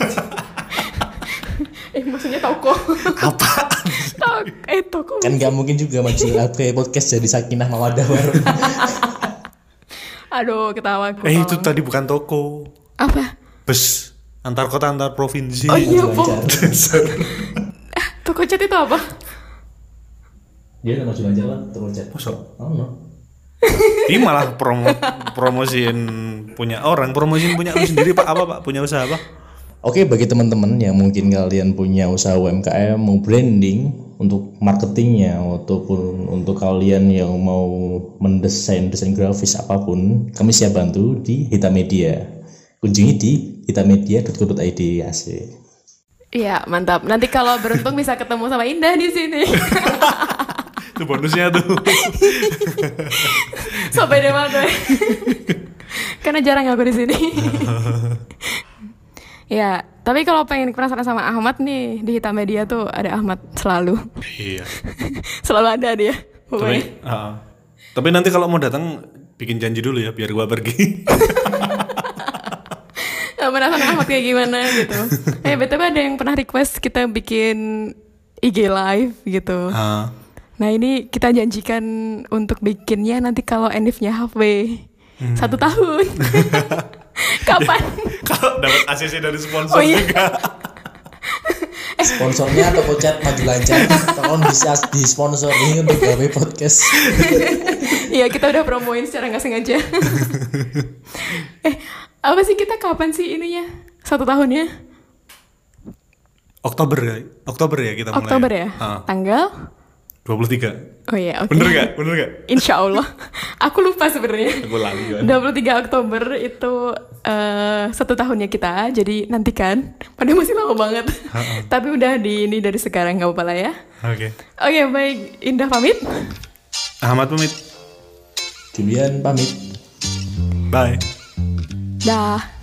eh, maksudnya toko. Apa? Tok- eh, toko. Kan nggak mungkin juga maju kayak podcast jadi Sakinah Mawaddah baru. Aduh, ketawa aku. Eh itu tadi bukan toko, Apa? bus antar kota antar provinsi. Oh iya, Maju Po. lancar. Toko cat itu apa? Dia udah maju lancar lah, terus chat. Masa? Oh no. Ini malah promo promosiin punya orang, promosiin punya lu sendiri Pak, apa Pak? Punya usaha apa? Oke, bagi teman-teman yang mungkin kalian punya usaha U M K M, mau branding untuk marketingnya, ataupun untuk kalian yang mau mendesain desain grafis apapun, kami siap bantu di Hitam Media. Kunjungi di hitammedia dot co dot i d. Asik. Iya, mantap. Nanti kalau beruntung bisa ketemu sama Indah di sini. Itu bonusnya tuh. So beda banget. Karena jarang aku di sini. Ya, tapi kalau pengen penasaran sama Ahmad nih, di Hitam Media tuh ada Ahmad selalu. Iya. Selalu ada dia. Tapi, Pokoknya. uh, tapi nanti kalau mau datang bikin janji dulu ya biar gua pergi. Penasaran Ahmad kayak gimana gitu. Eh, B T W ada yang pernah request kita bikin I G live gitu. Uh, Nah ini kita janjikan untuk bikinnya nanti kalau Enifnya halfway hmm. satu tahun. Kapan? kalau dapat A C C dari sponsor Oh, iya. juga. Sponsornya toko cat maju lancar. Tolong bisa di sponsori untuk gawe podcast. Iya, kita udah promoin secara nggak sengaja. eh, apa sih kita kapan sih ininya? Satu tahunnya? Oktober ya, Oktober ya kita mulai. Oktober ya? Uh, Tanggal? dua puluh tiga. Oh iya, oke. Bener gak? Bener gak? Insya Allah. Aku lupa sebenarnya. Aku lali kan. dua puluh tiga Oktober itu eh, satu tahunnya kita, jadi nantikan. Padahal masih lama banget. Tapi udah di ini dari sekarang, nggak apa-apa lah ya. Oke. Oke, baik. Indah pamit. Ahmad pamit. Julian pamit. Bye. Dah.